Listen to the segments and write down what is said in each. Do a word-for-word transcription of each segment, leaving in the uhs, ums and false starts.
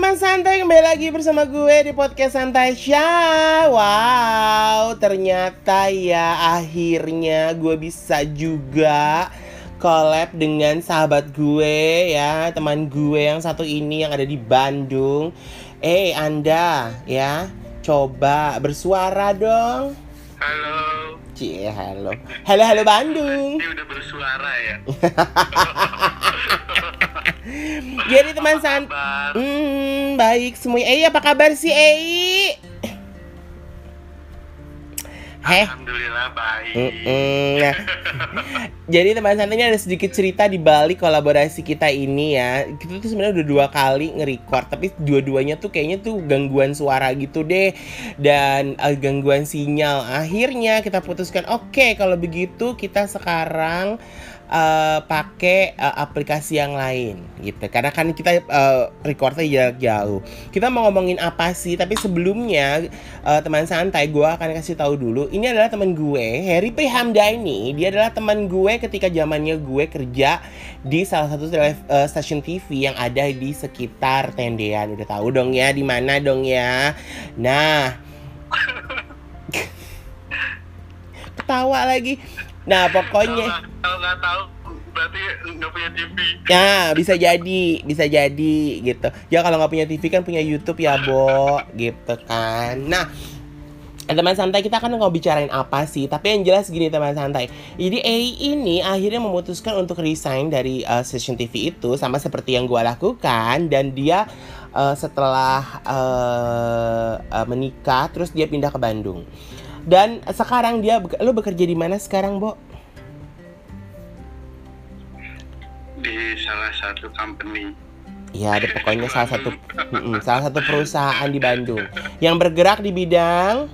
teman santai, kembali lagi bersama gue di podcast Santai Syah. Wow, ternyata ya akhirnya gue bisa juga collab dengan sahabat gue ya, teman gue yang satu ini yang ada di Bandung. Eh, Anda ya, coba bersuara dong. Halo. Cie, halo. Halo, halo Bandung. Ini udah bersuara ya. Jadi teman santai, hmm, baik semuanya. Eh, apa kabar sih, Eh? Heh. Alhamdulillah baik. Mm-mm. Nah, jadi teman santai, ini ada sedikit cerita di balik kolaborasi kita ini ya. Kita tuh sebenarnya udah dua kali nge-record, tapi dua-duanya tuh kayaknya tuh gangguan suara gitu deh, dan uh, gangguan sinyal. Akhirnya kita putuskan, oke okay, kalau begitu kita sekarang Uh, pakai uh, aplikasi yang lain gitu, karena kan kita uh, recordnya jarak jauh. Kita mau ngomongin apa sih? Tapi sebelumnya uh, teman santai, gue akan kasih tahu dulu. Ini adalah teman gue, Heri Prihamdani. Dia adalah teman gue ketika zamannya gue kerja di salah satu uh, stasiun T V yang ada di sekitar Tendean. Udah tahu dong ya di mana dong ya. Nah, ketawa lagi. Nah, pokoknya kalau nggak tahu berarti nggak punya T V. Ya, bisa jadi, bisa jadi gitu. Ya kalau nggak punya T V kan punya YouTube ya, Bo, gitu kan. Nah, teman santai, kita kan nggak bicarain apa sih, tapi yang jelas gini teman santai. Jadi A ini akhirnya memutuskan untuk resign dari uh, stasiun T V itu, sama seperti yang gue lakukan. Dan dia uh, setelah uh, uh, menikah, terus dia pindah ke Bandung. Dan sekarang dia, lo bekerja di mana sekarang, Bo? Di salah satu company. Ya, ada pokoknya salah satu mm, salah satu perusahaan di Bandung yang bergerak di bidang.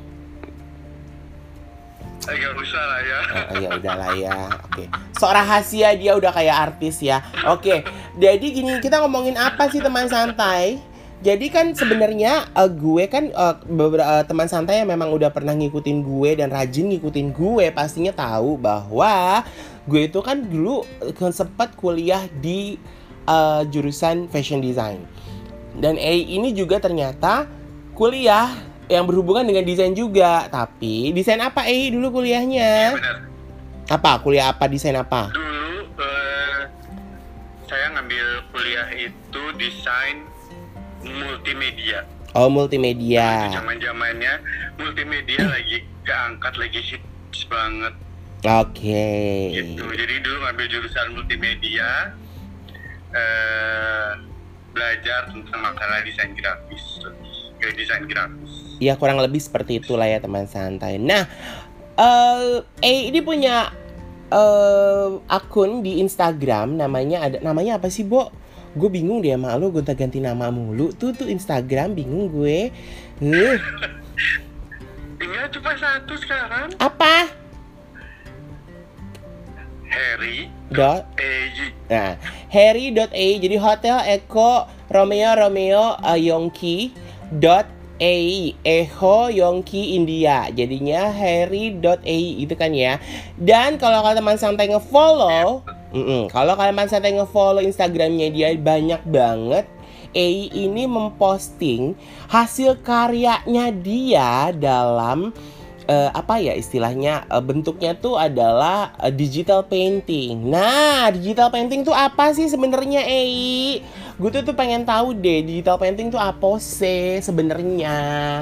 Agak usah lah ya. Oh, ya udahlah ya. Oke. Sok rahasia, dia udah kayak artis ya. Oke. Jadi gini, kita ngomongin apa sih teman santai? Jadi kan sebenarnya uh, gue kan uh, beberapa uh, teman santai yang memang udah pernah ngikutin gue dan rajin ngikutin gue pastinya tahu bahwa gue itu kan dulu uh, sempat kuliah di uh, jurusan fashion design. Dan A ini juga ternyata kuliah yang berhubungan dengan desain juga. Tapi desain apa A dulu kuliahnya? Benar. Apa? Kuliah apa? Desain apa? Dulu uh, saya ngambil kuliah itu desain multimedia. Oh, multimedia. Zaman-zamannya multimedia lagi keangkat, lagi hits banget. Oke. Okay. Gitu. Jadi dulu ngambil jurusan multimedia, eh, belajar tentang masalah desain grafis, kayak desain grafis. Ya kurang lebih seperti itulah ya teman santai. Nah, uh, eh ini punya uh, akun di Instagram, namanya ada namanya apa sih, Bo? Gue bingung deh sama lo, gonta ganti nama mulu. Tuh tuh Instagram bingung gue. Uh. Tinggal cuma satu sekarang. Apa? Harry Dot. A. Nah, Harry dot A. Jadi Hotel Echo Romeo Romeo uh, Yongki dot A. Echo Yongki India. Jadinya Harry dot A itu kan ya. Dan kalau kalian teman santai ngefollow, mm-mm, kalau kalian santai ngefollow Instagramnya dia banyak banget. A ini memposting hasil karyanya dia dalam uh, apa ya istilahnya, uh, bentuknya tuh adalah uh, digital painting. Nah, digital painting tuh apa sih sebenarnya, A? Gue tuh tuh pengen tahu deh, digital painting tuh apa sih sebenarnya?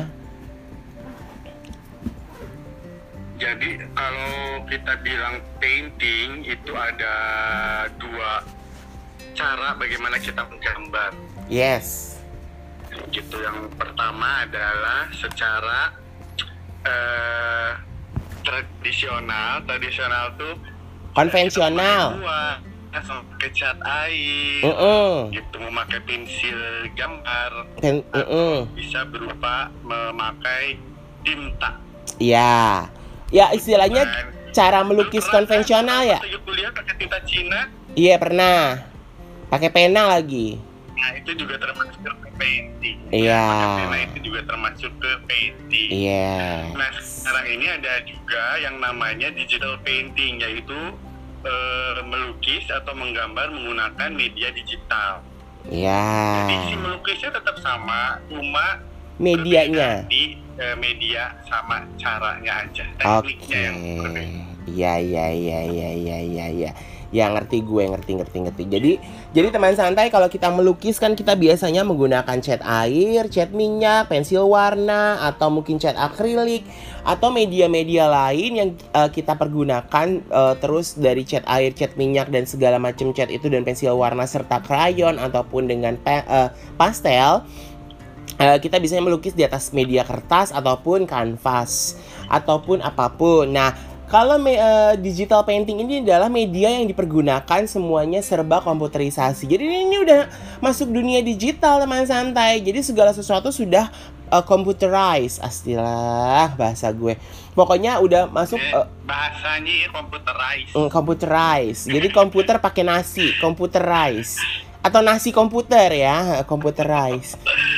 Jadi kalau kita bilang painting itu ada dua cara bagaimana kita menggambar. Yes. Gitu, yang pertama adalah secara uh, tradisional. Tradisional tuh konvensional. Langsung pakai cat air, uh-uh. gitu, memakai pensil gambar, Pen- uh-uh. bisa berupa memakai tinta. Ya, ya istilahnya Dan, cara melukis konvensional ya. Waktu kuliah pakai tinta Cina. Iya pernah. Pakai pena lagi. Nah itu juga termasuk ke painting. Iya. Pakai pena itu juga termasuk ke painting. Iya. Nah sekarang ini ada juga yang namanya digital painting, yaitu uh, melukis atau menggambar menggunakan media digital. Jadi si Ya, melukisnya tetap sama, cuma medianya. berbeda di eh, media sama caranya aja, tekniknya Oke. yang berbeda. Iya, iya, iya, iya, iya, iya, iya. Ya ngerti gue, ngerti, ngerti, ngerti. Jadi, jadi teman santai kalau kita melukis kan kita biasanya menggunakan cat air, cat minyak, pensil warna, atau mungkin cat akrilik, atau media-media lain yang eh, kita pergunakan eh, terus dari cat air, cat minyak dan segala macam cat itu dan pensil warna serta krayon ataupun dengan pe- eh, pastel. Eh, kita bisa melukis di atas media kertas ataupun kanvas ataupun apapun. Nah, kalau me- eh, digital painting ini adalah media yang dipergunakan semuanya serba komputerisasi. Jadi ini udah masuk dunia digital teman santai. Jadi segala sesuatu sudah eh, computerized. Astilah bahasa gue. Pokoknya udah masuk Eh, eh, bahasanya ya computerized. mm, computerized. Jadi komputer pakai nasi, computerized. Atau nasi komputer ya, computerized.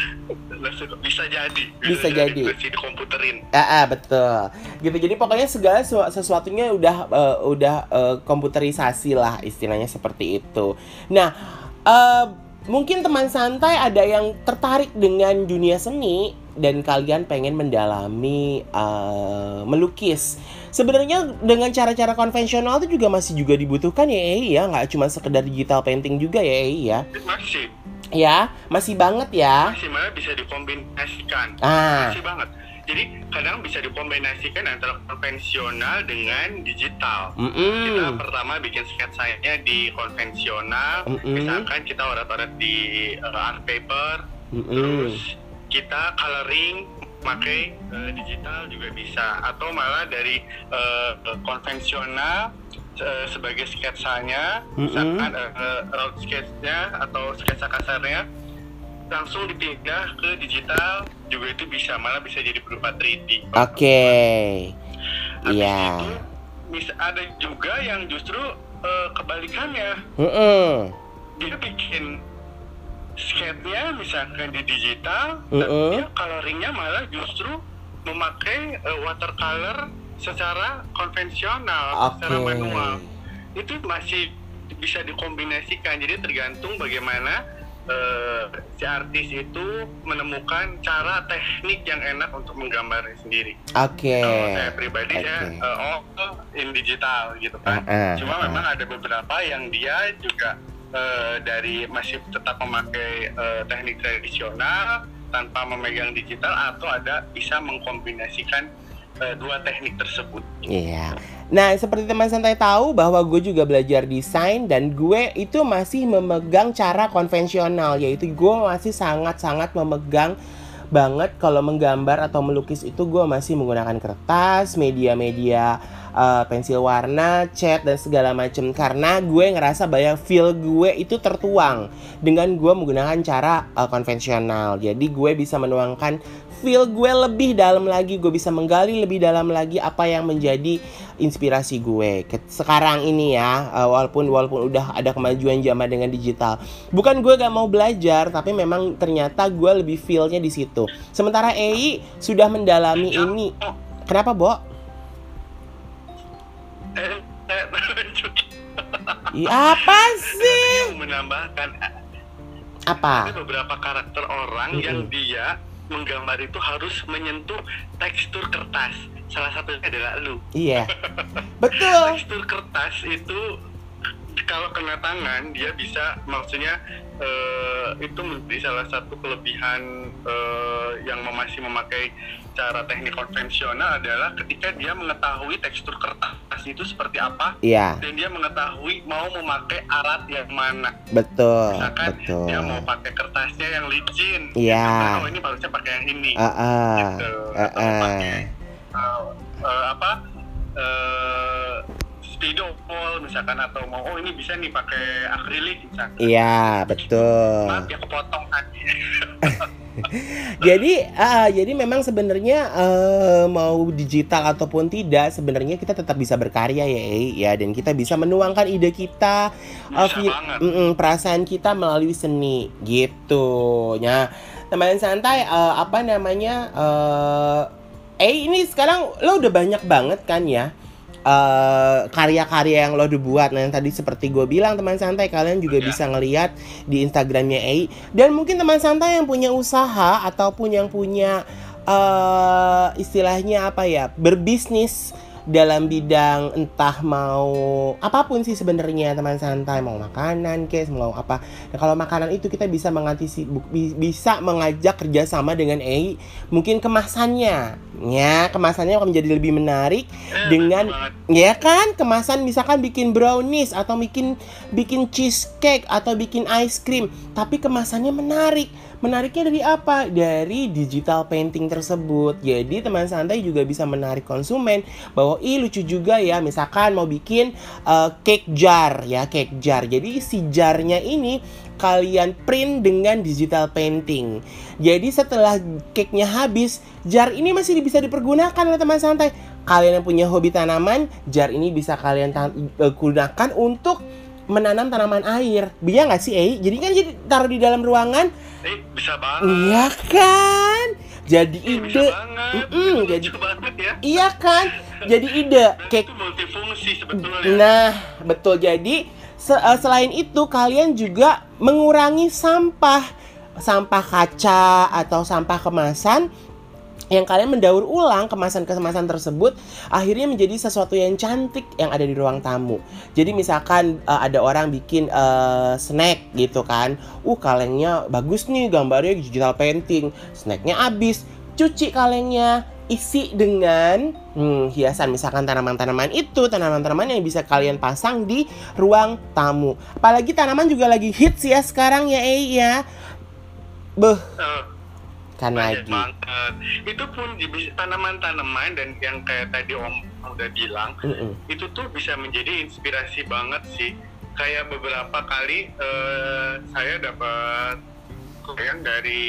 Bisa jadi, Bisa jadi. Bisa dikomputerin. Ah, ah, betul. Gitu. Jadi pokoknya segala sesu- sesuatunya udah eh, udah eh, komputerisasi lah istilahnya seperti itu. Nah, eh, mungkin teman santai ada yang tertarik dengan dunia seni dan kalian pengen mendalami eh, melukis. Sebenarnya dengan cara-cara konvensional itu juga masih juga dibutuhkan ya, Eh, ya, nggak cuma sekedar digital painting juga ya, Eh, ya. Masih, Ya, masih banget ya. masih malah bisa dikombinasikan. Ah, Masih banget. Jadi kadang bisa dikombinasikan antara konvensional dengan digital. Kita mm-mm. pertama bikin sketsanya di konvensional, Mm-mm. misalkan kita oret-oret di uh, art paper, Mm-mm. terus kita coloring pakai uh, digital juga bisa, atau malah dari uh, uh, konvensional uh, sebagai sketsanya, Mm-mm. misalkan uh, uh, rough sketch-nya atau sketsa kasarnya langsung dipindah ke digital juga itu bisa, malah bisa jadi berupa tiga D. Oke. Habis Iya. itu bisa ada juga yang justru uh, kebalikannya, Mm-mm. dia bikin sketnya misalkan di digital, Mm-mm. tapi dia coloringnya malah justru memakai uh, watercolor secara konvensional, Oke. secara manual. Itu masih bisa dikombinasikan, jadi tergantung bagaimana uh, si artis itu menemukan cara teknik yang enak untuk menggambarnya sendiri. Oke. Kalau saya pribadi Oke. saya uh, oh in digital gitu kan. Ah, ah, Cuma ah. memang ada beberapa yang dia juga uh, dari masih tetap memakai uh, teknik tradisional tanpa memegang digital, atau ada bisa mengkombinasikan uh, dua teknik tersebut. Iya. Nah, seperti teman santai tahu bahwa gue juga belajar desain dan gue itu masih memegang cara konvensional, yaitu gue masih sangat-sangat memegang banget kalau menggambar atau melukis itu gue masih menggunakan kertas, media-media eh, pensil warna, cat dan segala macam, karena gue ngerasa banyak feel gue itu tertuang dengan gue menggunakan cara eh, konvensional. Jadi gue bisa menuangkan feel gue lebih dalam lagi, gue bisa menggali lebih dalam lagi apa yang menjadi inspirasi gue Ke- sekarang ini ya, uh, walaupun walaupun udah ada kemajuan zaman dengan digital. Bukan gue gak mau belajar, tapi memang ternyata gue lebih feel-nya di situ. Sementara Ei sudah mendalami ini. Oh, Kenapa, Bo? eh, eh, Ih, apa sih? yang menambahkan Apa? ada beberapa karakter orang Mm-mm. yang dia menggambar itu harus menyentuh tekstur kertas. Salah satunya adalah lu. Iya. Betul. Tekstur kertas itu kalau kena tangan dia bisa, maksudnya eh, itu menjadi salah satu kelebihan eh, yang masih memakai cara teknik konvensional adalah ketika dia mengetahui tekstur kertas itu seperti apa, Iya, dan dia mengetahui mau memakai alat yang mana. betul. Misalkan Betul. dia mau pakai kertasnya yang licin, Iya. misalkan, oh ini harusnya pakai yang ini. Ah, ah. Gitu. Ah, Atau pakai ah. uh, uh, apa uh, spidol misalkan, atau mau oh ini bisa nih pakai akrilik misalkan. Iya, betul. Maaf ya kepotong tadi. Jadi, ah, jadi memang sebenarnya eh, mau digital ataupun tidak, sebenarnya kita tetap bisa berkarya ya, Eh, ya, dan kita bisa menuangkan ide kita, eh, Bisa fi- banget. mm-mm, perasaan kita melalui seni, gitu. Nah, teman santai, eh, apa namanya? Eh, eh ini sekarang lo udah banyak banget kan ya uh, karya-karya yang lo udah buat. Nah, yang tadi seperti gue bilang teman santai, kalian juga Ya. bisa ngelihat di Instagramnya Ei. Dan mungkin teman santai yang punya usaha ataupun yang punya uh, istilahnya apa ya, berbisnis dalam bidang entah mau apapun sih sebenarnya teman santai, mau makanan kes, mau apa. Nah, kalau makanan itu kita bisa mengantisipasi, bisa mengajak kerjasama dengan Ei, mungkin kemasannya, ya kemasannya akan menjadi lebih menarik Eh, dengan, betul banget. ya kan, kemasan misalkan bikin brownies atau bikin bikin cheesecake atau bikin ice cream, tapi kemasannya menarik. Menariknya dari apa? Dari digital painting tersebut. Jadi teman santai juga bisa menarik konsumen bahwa ih lucu juga ya, misalkan mau bikin uh, cake jar ya, cake jar. Jadi si jarnya ini kalian print dengan digital painting. Jadi setelah cake-nya habis, jar ini masih bisa dipergunakan oleh teman santai. Kalian yang punya hobi tanaman, jar ini bisa kalian ta- uh, gunakan untuk menanam tanaman air. Bisa nggak sih, Ei? Jadi kan jadi taruh di dalam ruangan. Eh, bisa banget. Iya kan? Jadi Eh, bisa ide. banget. Mm-mm, Itu jadi lucu banget ya. iya kan? Jadi ide Dan cake. itu multifungsi sebetulnya. Nah, betul. Jadi se- uh, selain itu kalian juga mengurangi sampah sampah kaca atau sampah kemasan yang kalian mendaur ulang kemasan-kemasan tersebut akhirnya menjadi sesuatu yang cantik yang ada di ruang tamu. Jadi misalkan uh, ada orang bikin uh, snack gitu kan, uh kalengnya bagus nih, gambarnya digital painting, snacknya habis, cuci kalengnya, isi dengan hmm, hiasan, misalkan tanaman-tanaman itu, tanaman-tanaman yang bisa kalian pasang di ruang tamu. Apalagi tanaman juga lagi hits ya sekarang ya, Ei ya. Beh, Eh, kan banyak lagi. banget. Itu pun di- tanaman-tanaman dan yang kayak tadi Om udah bilang, Mm-mm. itu tuh bisa menjadi inspirasi banget sih. Kayak beberapa kali eh, saya dapat klien dari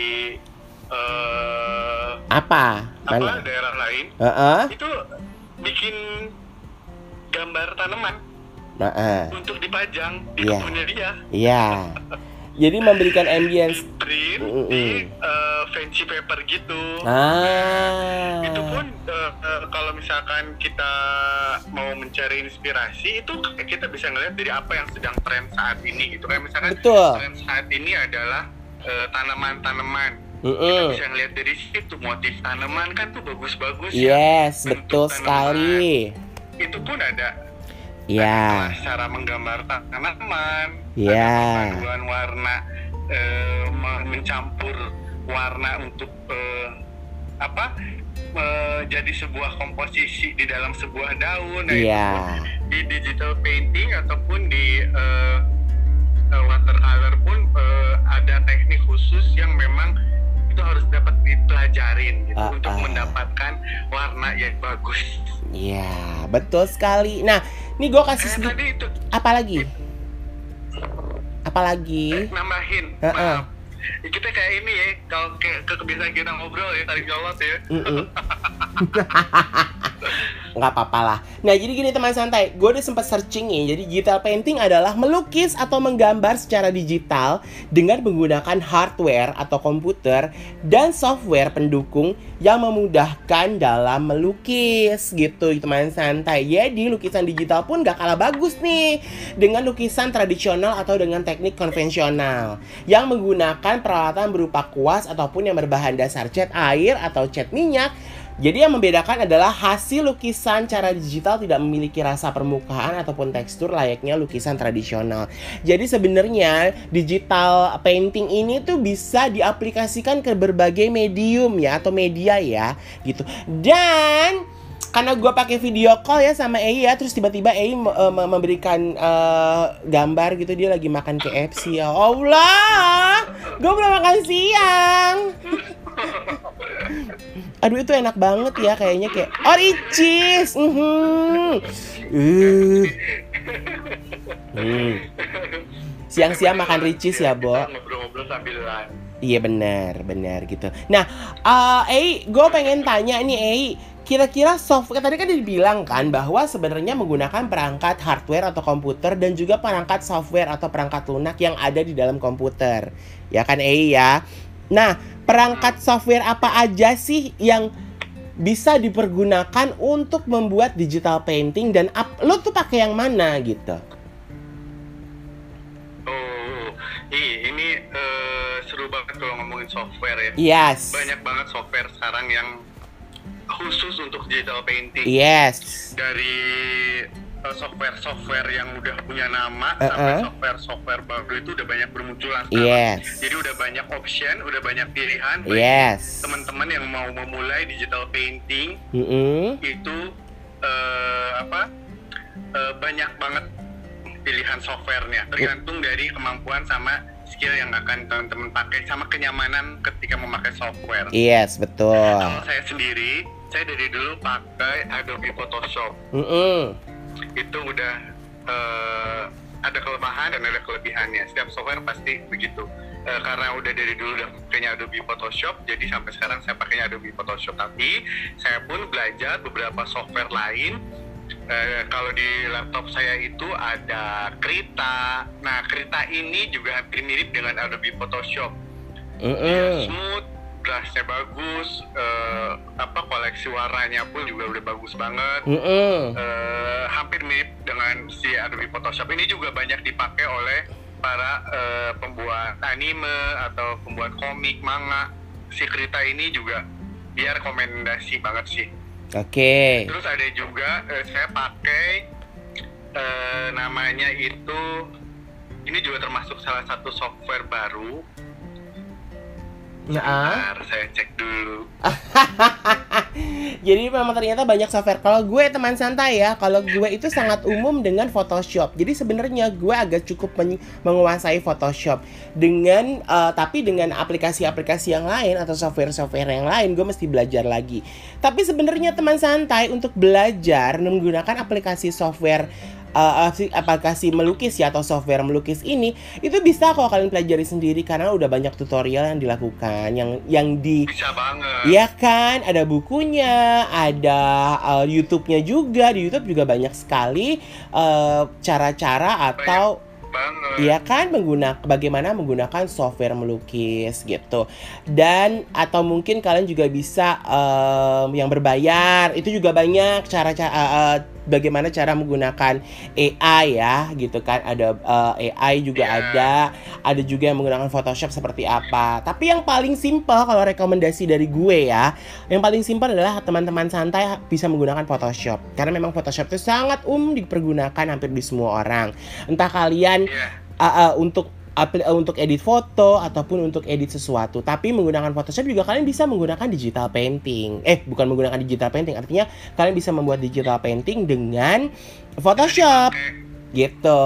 eh, Apa? apa Mana? daerah lain, Heeh. itu bikin gambar tanaman Heeh. untuk dipajang di Iya. kebunnya dia. Iya. Jadi memberikan ambience. Di print Mm-mm. di eh, fancy paper gitu. Ah. Itu pun eh, eh, kalau misalkan kita mau mencari inspirasi, itu kita bisa ngeliat dari apa yang sedang tren saat ini gitu. Kayak misalkan Betul. tren saat ini adalah eh, tanaman-tanaman. Kita Mm-mm. bisa ngeliat dari situ motif tanaman kan tuh bagus-bagus ya. Yes, Bentuk betul tanaman. sekali. Itu pun ada Ya. kelas cara menggambar tanaman, Ya. ada perpaduan warna, eh, me- mencampur warna untuk eh, apa eh, jadi sebuah komposisi di dalam sebuah daun. Nah, itu Iya. pun di digital painting ataupun di eh, eh, watercolor pun eh, ada teknik khusus yang memang itu harus dapat dipelajarin gitu Ah, untuk ah. mendapatkan warna yang bagus. Iya, betul sekali. Nah, nih gue kasih Kayak sedikit. tadi itu Apa lagi? Apa lagi? nambahin, Heeh. maaf. Kita kayak ini ya, kalau kayak ke kebiasaan kita ngobrol ya, tarik jawab ya. Mm-mm. Nggak apa-apa lah. Nah, jadi gini teman santai, gue udah sempat searching nih. Jadi digital painting adalah melukis atau menggambar secara digital dengan menggunakan hardware atau komputer dan software pendukung yang memudahkan dalam melukis gitu teman santai. Jadi lukisan digital pun gak kalah bagus nih dengan lukisan tradisional atau dengan teknik konvensional yang menggunakan peralatan berupa kuas ataupun yang berbahan dasar cat air atau cat minyak. Jadi yang membedakan adalah hasil lukisan cara digital tidak memiliki rasa permukaan ataupun tekstur layaknya lukisan tradisional. Jadi sebenarnya digital painting ini tuh bisa diaplikasikan ke berbagai medium ya atau media ya gitu. Dan karena gue pakai video call ya sama Ei ya, terus tiba-tiba Ei uh, memberikan uh, gambar gitu, dia lagi makan K F C ya Allah, gue belum makan siang. Aduh itu enak banget ya kayaknya, kayak oricis. Mhm. Uh. Hmm. Siang-siang makan ricis ya, Bo. Ngobrol-ngobrol sambil lunch. Iya benar, benar gitu. Nah, uh, Ei, gue pengen tanya nih, Ei, kira-kira software tadi kan dibilang kan bahwa sebenarnya menggunakan perangkat hardware atau komputer dan juga perangkat software atau perangkat lunak yang ada di dalam komputer, ya kan, Ei ya. Nah, perangkat software apa aja sih yang bisa dipergunakan untuk membuat digital painting dan ap- lo tuh pakai yang mana gitu? Oh, ih, ini uh, seru banget kalau ngomongin software ya. Yes. Banyak banget software sekarang yang khusus untuk digital painting. Yes. Dari uh, software-software yang udah punya nama uh-uh. sampai software-software baru itu udah banyak bermunculan sekarang. Yes. Jadi udah banyak option, udah banyak pilihan. Yes. Teman-teman yang mau memulai digital painting mm-hmm. itu uh, apa? Uh, banyak banget pilihan softwarenya. Tergantung dari kemampuan sama skill yang akan teman-teman pakai sama kenyamanan ketika memakai software. Yes, betul. Kalau saya sendiri, saya dari dulu pakai Adobe Photoshop. Mm-hmm. Itu udah uh, ada kelemahan dan ada kelebihannya. Setiap software pasti begitu. Uh, karena udah dari dulu udah pakainya Adobe Photoshop, jadi sampai sekarang saya pakainya Adobe Photoshop. Tapi saya pun belajar beberapa software lain. Uh, kalau di laptop saya itu ada Krita. Nah, Krita ini juga hampir mirip dengan Adobe Photoshop. Mm-hmm. Dia smooth, brushnya bagus, uh, apa koleksi warnanya pun juga udah bagus banget. Mm-hmm. Uh, hampir mirip dengan si Adobe Photoshop. Ini juga banyak dipakai oleh para uh, pembuat anime atau pembuat komik, manga. Si Krita ini juga dia rekomendasi banget sih. Oke. Okay. Terus ada juga uh, saya pakai uh, namanya itu, ini juga termasuk salah satu software baru. Bentar, saya cek dulu. Jadi memang ternyata banyak software. Kalau gue teman santai ya, kalau gue itu sangat umum dengan Photoshop. Jadi sebenarnya gue agak cukup men- menguasai Photoshop. Dengan uh, tapi dengan aplikasi-aplikasi yang lain atau software-software yang lain, gue mesti belajar lagi. Tapi sebenarnya teman santai untuk belajar menggunakan aplikasi software Uh, aplikasi melukis ya atau software melukis ini itu bisa kalau kalian pelajari sendiri karena udah banyak tutorial yang dilakukan yang yang di bisa banget. Ya kan, ada bukunya, ada uh, YouTube-nya juga. Di YouTube juga banyak sekali uh, cara-cara atau banget. Iya kan, menggunakan bagaimana menggunakan software melukis gitu. Dan atau mungkin kalian juga bisa um, yang berbayar. Itu juga banyak cara-cara uh, bagaimana cara menggunakan A I ya gitu kan. Ada uh, A I juga yeah. ada. Ada juga yang menggunakan Photoshop seperti apa. Tapi yang paling simpel kalau rekomendasi dari gue ya, yang paling simpel adalah teman-teman santai bisa menggunakan Photoshop. Karena memang Photoshop itu sangat umum dipergunakan hampir di semua orang. Entah kalian yeah. Uh, uh, untuk apl- uh, untuk edit foto ataupun untuk edit sesuatu. Tapi menggunakan Photoshop juga kalian bisa menggunakan digital painting. Eh, bukan menggunakan digital painting, artinya kalian bisa membuat digital painting dengan Photoshop. Gitu.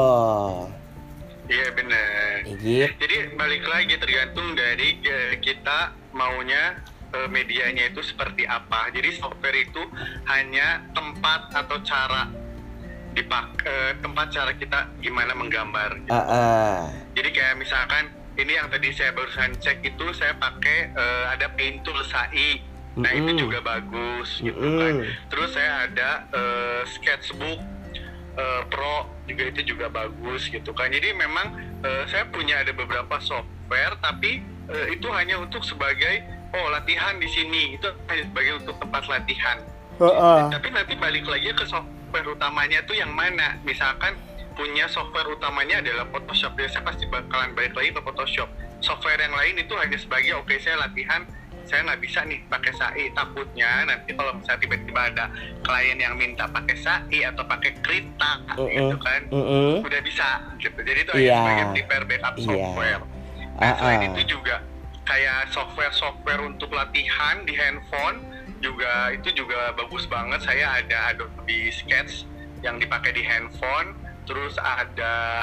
Iya benar. Gitu. Jadi balik lagi tergantung dari uh, kita maunya uh, medianya itu seperti apa. Jadi software itu hanya tempat atau cara dipak uh, tempat cara kita gimana menggambar gitu. Uh, uh. Jadi kayak misalkan ini yang tadi saya barusan cek itu saya pakai uh, ada Paint Tool S A I. Nah, mm-hmm. itu juga bagus gitu mm-hmm. kan. Terus saya ada uh, Sketchbook uh, Pro juga itu juga bagus gitu kan. Jadi memang uh, saya punya ada beberapa software tapi uh, itu hanya untuk sebagai oh latihan di sini. Itu hanya sebagai untuk tempat latihan. Uh-uh. Tapi nanti balik lagi ke software utamanya tuh yang mana. Misalkan punya software utamanya adalah Photoshop, biasanya pasti bakalan balik lagi ke Photoshop. Software yang lain itu hanya sebagai oke okay, saya latihan, saya nggak bisa nih pakai S A I. Takutnya nanti kalau misalnya tiba-tiba ada klien yang minta pakai S A I atau pakai Krita uh-uh. gitu kan, uh-uh. udah bisa gitu. Jadi itu hanya yeah. sebagai prepare backup software. Yeah. Nah, selain uh-uh. itu juga kayak software-software untuk latihan di handphone juga itu juga bagus banget. Saya ada Adobe Sketch yang dipakai di handphone, terus ada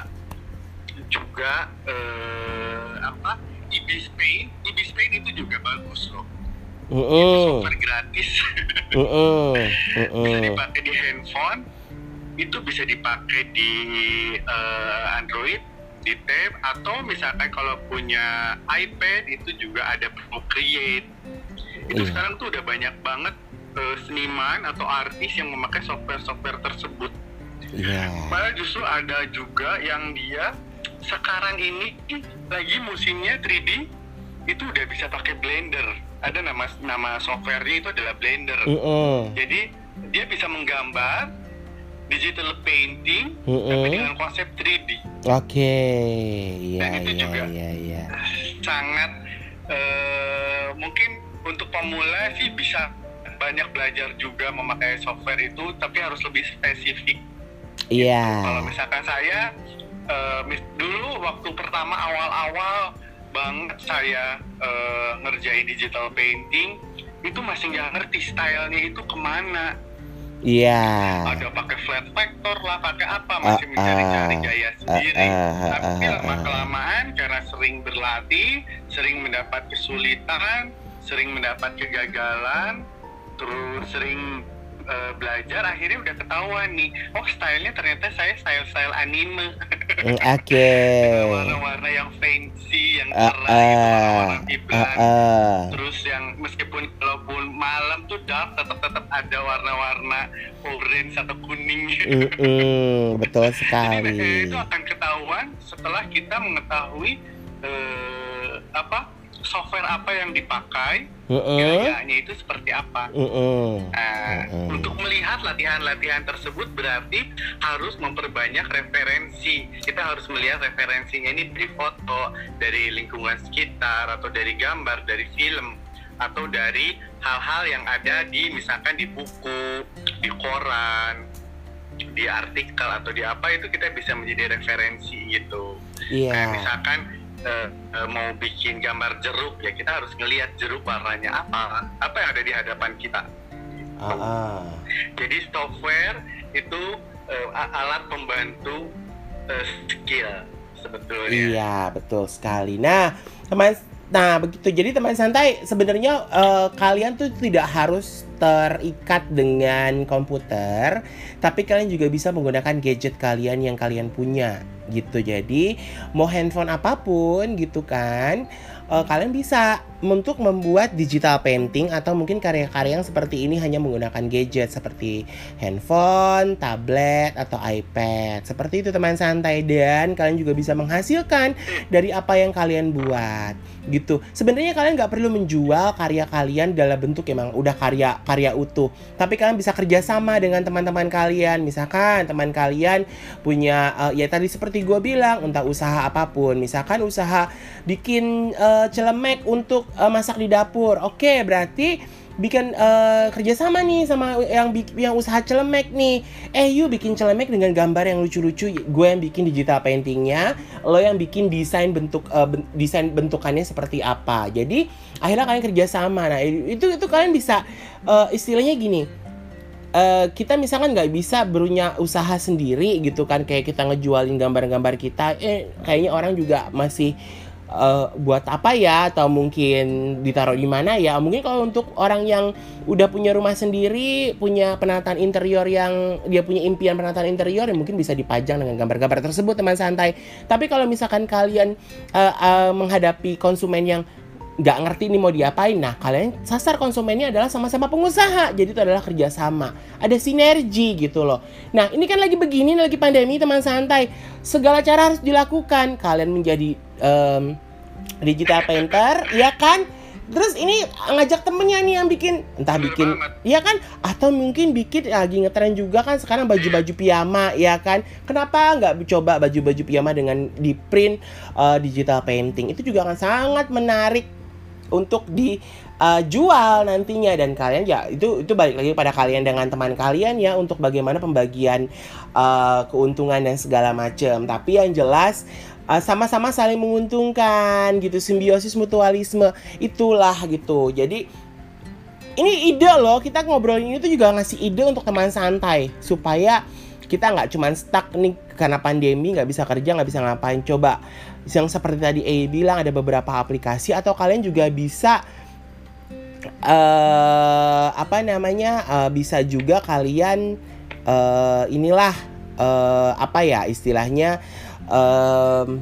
juga eh, apa Ibis Paint. Ibis Paint itu juga bagus loh. Uh-uh. Itu software gratis. Uh-uh. Uh-uh. Bisa dipakai di handphone, itu bisa dipakai di uh, Android, di tab, atau misalkan kalau punya iPad itu juga ada Procreate. Itu yeah. sekarang tuh udah banyak banget uh, seniman atau artis yang memakai software-software tersebut. Yeah. Malah justru ada juga yang dia sekarang ini lagi musimnya tiga D itu udah bisa pakai Blender. Ada nama nama softwarenya itu adalah Blender. Mm-mm. Jadi dia bisa menggambar digital painting Mm-mm. tapi dengan konsep tiga D. Oke, iya Dan itu iya juga iya iya. sangat eh, mungkin untuk pemula sih bisa banyak belajar juga memakai software itu, tapi harus lebih spesifik. Iya. Kalau misalkan saya eh, mis- dulu waktu pertama awal-awal banget saya eh, ngerjain digital painting itu masih nggak ngerti stylenya itu kemana. Iya. Ada pakai flat vector lah, pakai apa, masih Ah, mencari-cari ah. gaya Ah, sendiri. ah, ah, Tapi ah, lama ah. kelamaan karena sering berlatih, sering mendapat kesulitan, sering mendapat kegagalan, terus sering eh, belajar, akhirnya udah ketahuan nih, oh stylenya ternyata saya style-style anime. Mm, Oke. Dengan warna-warna yang fancy, yang Ah, cerah gitu, warna-warna ah. vibran. Ah, ah. Terus yang meskipun walaupun malam tuh dark, tetap tetap ada warna-warna orange atau kuning gitu. Mm-mm, betul Jadi sekali. eh, itu akan ketahuan setelah kita mengetahui eh, apa software apa yang dipakai, Mm-mm. gayanya itu seperti apa. Mm-mm. Nah, Mm-mm. untuk melihat latihan-latihan tersebut berarti harus memperbanyak referensi. Kita harus melihat referensinya ini dari foto, dari lingkungan sekitar, atau dari gambar, dari film, atau dari hal-hal yang ada di misalkan di buku, di koran, di artikel atau di apa, itu kita bisa menjadi referensi gitu. Iya. Kayak misalkan eh, eh, mau bikin gambar jeruk, ya kita harus ngelihat jeruk warnanya apa, apa yang ada di hadapan kita. Ah, ah. Jadi software itu eh, a- alat pembantu eh, skill sebetulnya. Iya, betul sekali. Nah, teman Nah, begitu. Jadi teman santai, sebenarnya eh, kalian tuh tidak harus terikat dengan komputer, tapi kalian juga bisa menggunakan gadget kalian yang kalian punya gitu. Jadi, mau handphone apapun gitu kan, eh, kalian bisa untuk membuat digital painting atau mungkin karya-karya yang seperti ini hanya menggunakan gadget seperti handphone, tablet, atau iPad. Seperti itu teman santai, dan kalian juga bisa menghasilkan dari apa yang kalian buat gitu. Sebenarnya kalian nggak perlu menjual karya kalian dalam bentuk emang udah karya karya utuh, tapi kalian bisa kerjasama dengan teman-teman kalian. Misalkan teman kalian punya uh, ya tadi seperti gue bilang, entah usaha apapun, misalkan usaha bikin uh, celemek untuk uh, masak di dapur. Oke, berarti bikin uh, kerjasama nih sama yang bik- yang usaha celemek nih. Eh, yuk bikin celemek dengan gambar yang lucu-lucu. Gue yang bikin digital paintingnya, lo yang bikin desain bentuk uh, ben- desain bentukannya seperti apa. Jadi akhirnya kalian kerjasama. Nah itu itu kalian bisa uh, istilahnya gini. Uh, kita misalkan nggak bisa punya usaha sendiri gitu kan, kayak kita ngejualin gambar-gambar kita, eh kayaknya orang juga masih Uh, buat apa ya, atau mungkin ditaruh di mana ya. Mungkin kalau untuk orang yang udah punya rumah sendiri, punya penataan interior, yang dia punya impian penataan interior, ya mungkin bisa dipajang dengan gambar-gambar tersebut teman santai. Tapi kalau misalkan kalian uh, uh, menghadapi konsumen yang nggak ngerti ini mau diapain, nah kalian sasar konsumennya adalah sama-sama pengusaha. Jadi itu adalah kerjasama, ada sinergi gitu loh. Nah ini kan lagi begini, lagi pandemi teman santai, segala cara harus dilakukan. Kalian menjadi um, digital painter, ya kan? Terus ini ngajak temennya nih yang bikin, entah Bener bikin, banget. ya kan? Atau mungkin bikin, lagi ngetren juga kan sekarang baju-baju piyama, ya kan? Kenapa nggak coba baju-baju piyama dengan di print uh, digital painting? Itu juga akan sangat menarik untuk dijual nantinya. Dan kalian ya itu itu balik lagi pada kalian dengan teman kalian ya, untuk bagaimana pembagian uh, keuntungan dan segala macam. Tapi yang jelas uh, sama-sama saling menguntungkan gitu, simbiosis mutualisme itulah gitu. Jadi ini ide loh, kita ngobrolin ini tuh juga ngasih ide untuk teman santai supaya kita nggak cuma stuck nih karena pandemi, nggak bisa kerja, nggak bisa ngapain. Coba yang seperti tadi A bilang, ada beberapa aplikasi, atau kalian juga bisa uh, apa namanya uh, bisa juga kalian uh, inilah uh, apa ya istilahnya um,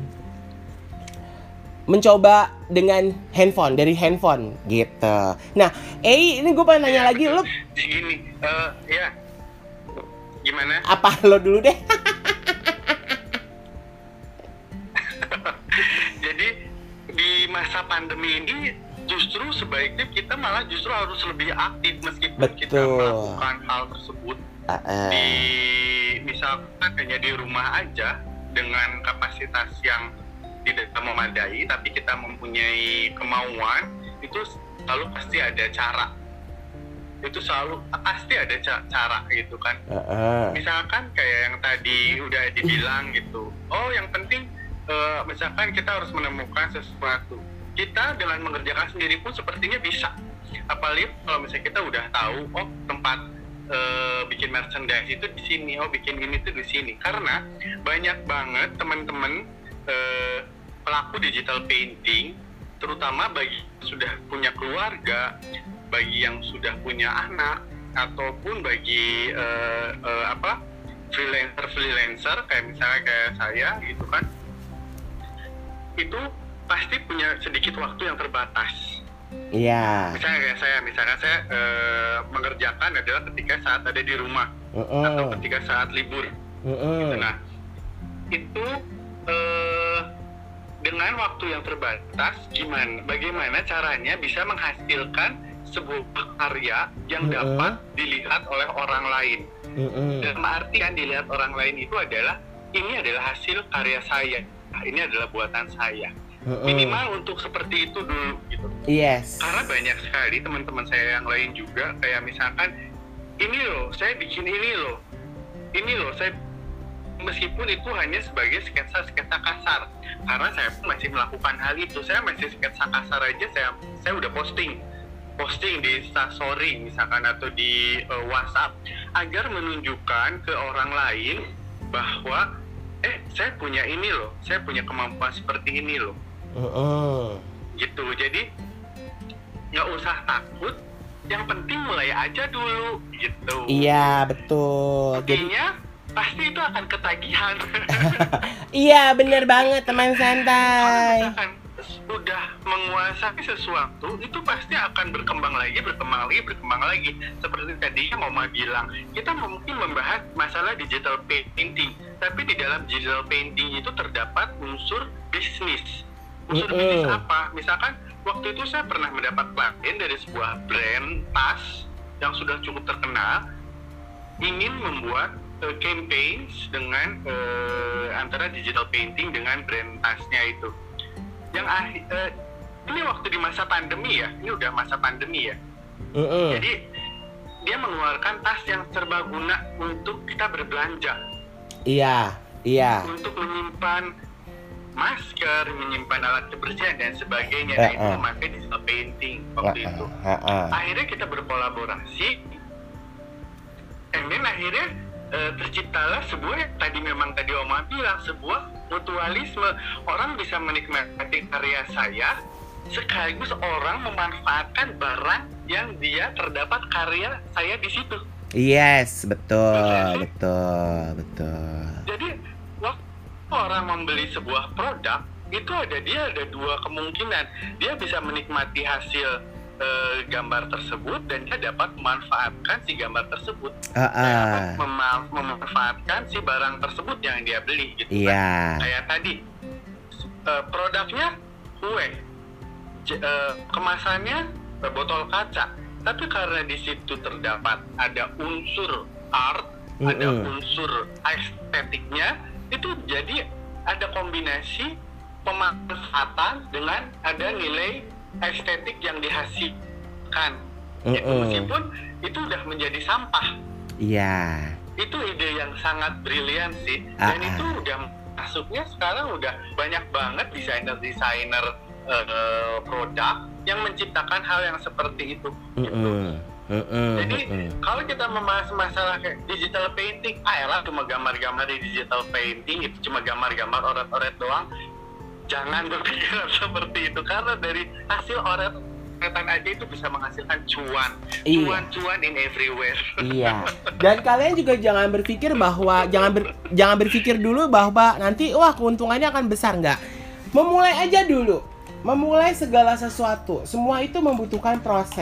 mencoba dengan handphone, dari handphone gitu. Nah, Eh ini gue pengen nanya Ya, lagi, betul. lo Gini, eh, ya gimana? apa lo dulu deh? Jadi di masa pandemi ini justru sebaiknya kita malah justru harus lebih aktif meskipun Betul. kita melakukan hal tersebut Uh-uh. di misalkan hanya di rumah aja dengan kapasitas yang tidak memadai, tapi kita mempunyai kemauan, itu selalu pasti ada cara. Itu selalu pasti ada ca- cara gitu kan. Uh-uh. Misalkan kayak yang tadi udah dibilang gitu. Oh, yang penting uh, misalkan kita harus menemukan sesuatu. Kita dengan mengerjakan sendiri pun sepertinya bisa. Apalagi kalau misalnya kita udah tahu, oh tempat uh, bikin merchandise itu di sini, oh bikin ini tuh di sini. Karena banyak banget teman-teman uh, pelaku digital painting, terutama bagi yang sudah punya keluarga, bagi yang sudah punya anak, ataupun bagi uh, uh, apa freelancer freelancer kayak misalnya kayak saya gitu kan, itu pasti punya sedikit waktu yang terbatas. Iya. Misalnya kayak saya, misalnya saya uh, mengerjakan adalah ketika saat ada di rumah Uh-uh. atau ketika saat libur. Uh-uh. Gitu. Nah, itu uh, dengan waktu yang terbatas, gimana, bagaimana caranya bisa menghasilkan sebuah karya yang Mm-mm. dapat dilihat oleh orang lain. Mm-mm. Dalam artian dilihat orang lain itu adalah ini adalah hasil karya saya, ini adalah buatan saya. Mm-mm. Minimal untuk seperti itu dulu gitu. Yes. Karena banyak sekali teman-teman saya yang lain juga kayak misalkan ini loh, saya bikin ini loh, ini loh saya, meskipun itu hanya sebagai sketsa-sketsa kasar, karena saya pun masih melakukan hal itu. Saya masih sketsa kasar aja, saya saya udah posting posting di Instastory misalkan atau di uh, WhatsApp agar menunjukkan ke orang lain bahwa eh saya punya ini loh, saya punya kemampuan seperti ini loh. Uh-uh. Gitu. Jadi nggak usah takut, yang penting mulai aja dulu gitu. Iya, betul. Jadi Intinya pasti itu akan ketagihan. iya, bener banget teman Kalau santai. misalkan udah menguasai sesuatu, itu pasti akan berkembang lagi, berkembang lagi, berkembang lagi. Seperti tadi yang Oma bilang, kita mungkin membahas masalah digital painting, tapi di dalam digital painting itu terdapat unsur bisnis. Unsur Mm-mm. bisnis apa? Misalkan waktu itu saya pernah mendapat klien dari sebuah brand tas yang sudah cukup terkenal, ingin membuat uh, campaigns dengan uh, antara digital painting dengan brand tasnya itu. Yang akhir, uh, ini waktu di masa pandemi ya, ini udah masa pandemi ya. Uh-uh. Jadi dia mengeluarkan tas yang serbaguna untuk kita berbelanja, Iya, iya. untuk menyimpan masker, menyimpan alat kebersihan dan sebagainya. Nah, itu Uh-uh. memakai digital painting waktu itu. Uh-uh. Akhirnya kita berkolaborasi, and then akhirnya uh, terciptalah sebuah yang tadi memang tadi Oma bilang, sebuah mutualisme. Orang bisa menikmati karya saya sekaligus orang memanfaatkan barang yang dia terdapat karya saya di situ. Yes, betul, betul, betul. Jadi waktu orang membeli sebuah produk itu ada dia ada dua kemungkinan. Dia bisa menikmati hasil eh, gambar tersebut dan dia dapat memanfaatkan si gambar tersebut. Uh-uh. Dapat mema- memanfaatkan si barang tersebut yang dia beli gitu kan. Iya. Kayak tadi eh, produknya kue, J- eh, kemasannya eh, botol kaca. Tapi karena di situ terdapat ada unsur art, ada Mm-mm. unsur estetiknya, itu jadi ada kombinasi pemanfaatan dengan ada nilai estetik yang dihasilkan. Itu Mm-mm. meskipun itu udah menjadi sampah. Iya. Itu ide yang sangat brilian sih. Dan Ah-ah. itu udah masuknya sekarang udah banyak banget desainer-desainer uh, produk yang menciptakan hal yang seperti itu. Gitu. Mm-mm. Mm-mm. Jadi Mm-mm. kalau kita membahas masalah kayak digital painting, ah elah cuma gambar-gambar di digital painting, itu cuma gambar-gambar oret-oret doang. Jangan berpikiran seperti itu, karena dari hasil oret-oretan aja itu bisa menghasilkan cuan. Iya. Cuan-cuan in everywhere. Iya. Dan kalian juga jangan berpikir bahwa jangan ber, jangan berpikir dulu bahwa nanti wah keuntungannya akan besar, enggak. Memulai aja dulu. Memulai segala sesuatu. Semua itu membutuhkan proses.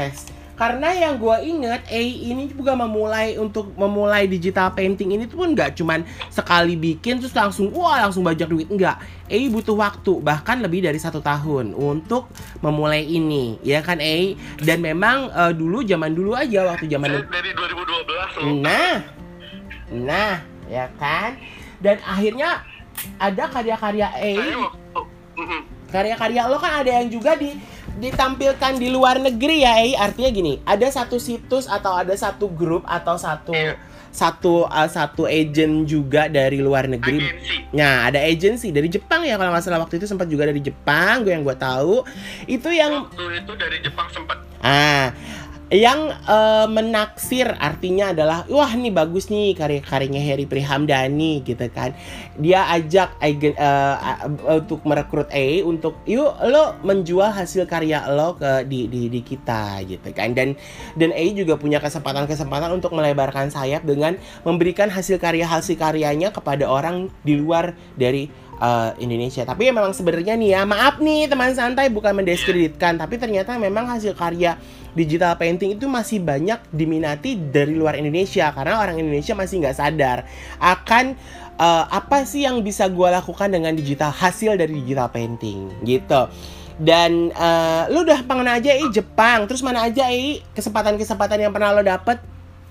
Karena yang gue inget, A ini juga memulai untuk memulai digital painting ini tuh pun nggak cuman sekali bikin terus langsung wah langsung banyak duit, enggak. A butuh waktu bahkan lebih dari satu tahun untuk memulai ini, ya kan A. Dan memang uh, dulu zaman dulu aja waktu zaman dari dua ribu dua belas loh. Nah, nah, ya kan. Dan akhirnya ada karya-karya A. Karya-karya lo kan ada yang juga di ditampilkan di luar negeri ya, eh artinya gini, ada satu situs atau ada satu grup atau satu yeah. satu uh, satu agent juga dari luar negeri. Agency. Nah, ada agency dari Jepang ya kalau nggak salah, waktu itu sempat juga dari Jepang, gue yang gue tahu itu yang waktu itu dari Jepang sempat. Ah, yang uh, menaksir artinya adalah wah nih bagus nih karya-karyanya Heri Prihamdani gitu kan. Dia ajak agen, uh, uh, untuk merekrut A untuk yuk lo menjual hasil karya lo ke di di, di kita gitu kan. Dan dan A juga punya kesempatan-kesempatan untuk melebarkan sayap dengan memberikan hasil karya-hasil karyanya kepada orang di luar dari Uh, Indonesia. Tapi ya memang sebenarnya nih ya, maaf nih teman santai, bukan mendiskreditkan, tapi ternyata memang hasil karya digital painting itu masih banyak diminati dari luar Indonesia karena orang Indonesia masih nggak sadar akan uh, apa sih yang bisa gue lakukan dengan digital, hasil dari digital painting gitu. Dan uh, lu udah pengen aja i Jepang, terus mana aja i kesempatan-kesempatan yang pernah lo dapet?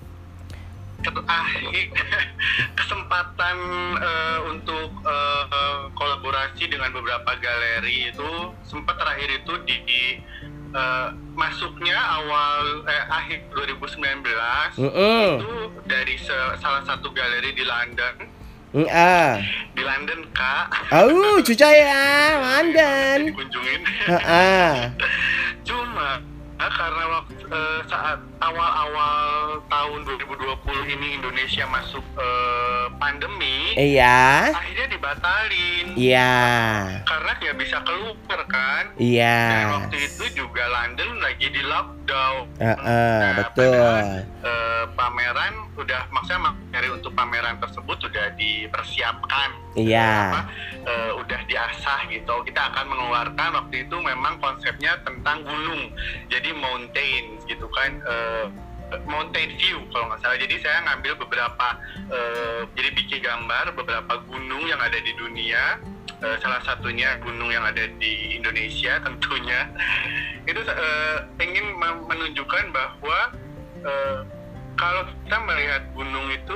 Kesempatan uh, untuk uh, kolaborasi dengan beberapa galeri itu sempat terakhir itu di, di uh, masuknya awal eh, akhir dua ribu sembilan belas uh-uh. itu dari se- salah satu galeri di London. Uh. Di London kak. Oh cuca ya London. Dikunjungin. Uh-uh. Cuma karena waktu uh, saat awal-awal tahun dua ribu dua puluh ini Indonesia masuk uh, pandemi, iya, akhirnya dibatalin. Iya. Karena nggak bisa keluar kan. Iya. Dan waktu itu juga London lagi di lockdown. Uh-uh, nah, betul. Padahal, uh, pameran udah maksudnya materi untuk pameran tersebut sudah dipersiapkan. Iya. Apa, uh, udah diasah gitu. Kita akan mengeluarkan waktu itu memang konsepnya tentang gunung. Jadi mountain gitu kan, uh, mountain view kalau nggak salah. Jadi saya ngambil beberapa uh, jadi bikin gambar beberapa gunung yang ada di dunia, uh, salah satunya gunung yang ada di Indonesia tentunya. Itu uh, ingin menunjukkan bahwa uh, kalau kita melihat gunung itu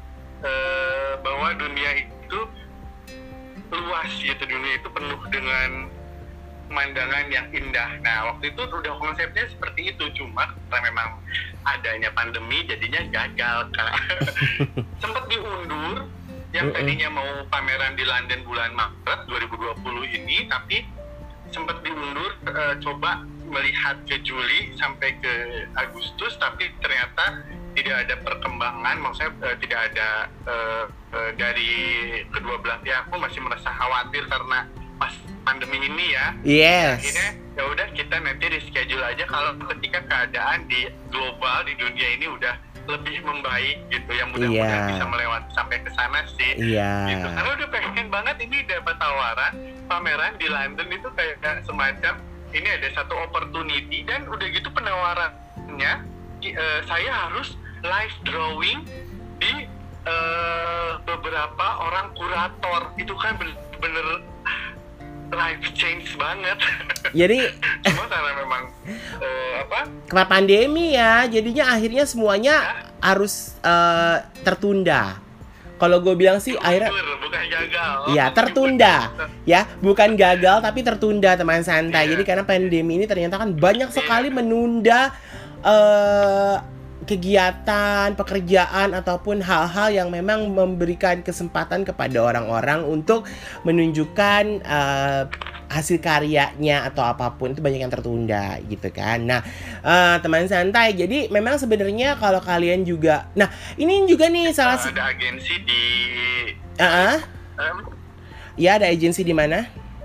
uh, bahwa dunia itu luas gitu, dunia itu penuh dengan pemandangan yang indah. Nah, waktu itu udah konsepnya seperti itu, cuma karena memang adanya pandemi jadinya gagal, Kak. Sempat diundur yang tadinya mau pameran di London bulan Maret dua ribu dua puluh ini, tapi sempat diundur, uh, coba melihat ke Juli sampai ke Agustus, tapi ternyata tidak ada perkembangan, maksudnya uh, tidak ada uh, uh, dari kedua belah pihak pun masih merasa khawatir karena pas pandemi ini ya. Yes. Akhirnya ya udah kita nanti reschedule aja kalau ketika keadaan di global di dunia ini udah lebih membaik gitu, yang mudah-mudahan yeah. bisa melewati sampai ke sana sih. Iya. Yeah. Gitu. Karena udah pengen banget ini dapat tawaran pameran di London itu kayak semacam ini ada satu opportunity, dan udah gitu penawarannya uh, saya harus live drawing di uh, beberapa orang kurator. Itu kan bener-bener life change banget. Jadi cuma karena memang uh, apa? Karena pandemi ya, jadinya akhirnya semuanya ya? harus uh, tertunda. Kalau gue bilang sih akhirnya bukan gagal. Iya, tertunda. Ya, bukan gagal tapi tertunda, teman santai. Ya. Jadi karena pandemi ini ternyata kan banyak sekali ya. menunda uh, kegiatan, pekerjaan ataupun hal-hal yang memang memberikan kesempatan kepada orang-orang untuk menunjukkan uh, hasil karyanya atau apapun, itu banyak yang tertunda gitu kan. Nah, uh, teman santai, jadi memang sebenarnya kalau kalian juga, nah ini juga nih salah satu ada agensi di, uh-uh. um, ya ada agensi di mana?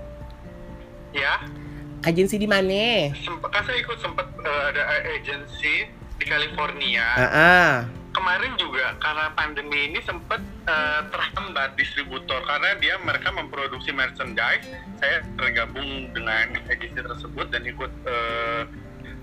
Ya. Agensi di mana? Sempat, kan saya ikut sempat uh, ada agensi di California. Uh-uh. Kemarin juga karena pandemi ini sempat uh, terhambat distributor karena dia mereka memproduksi merchandise. Saya tergabung dengan agensi tersebut dan ikut uh,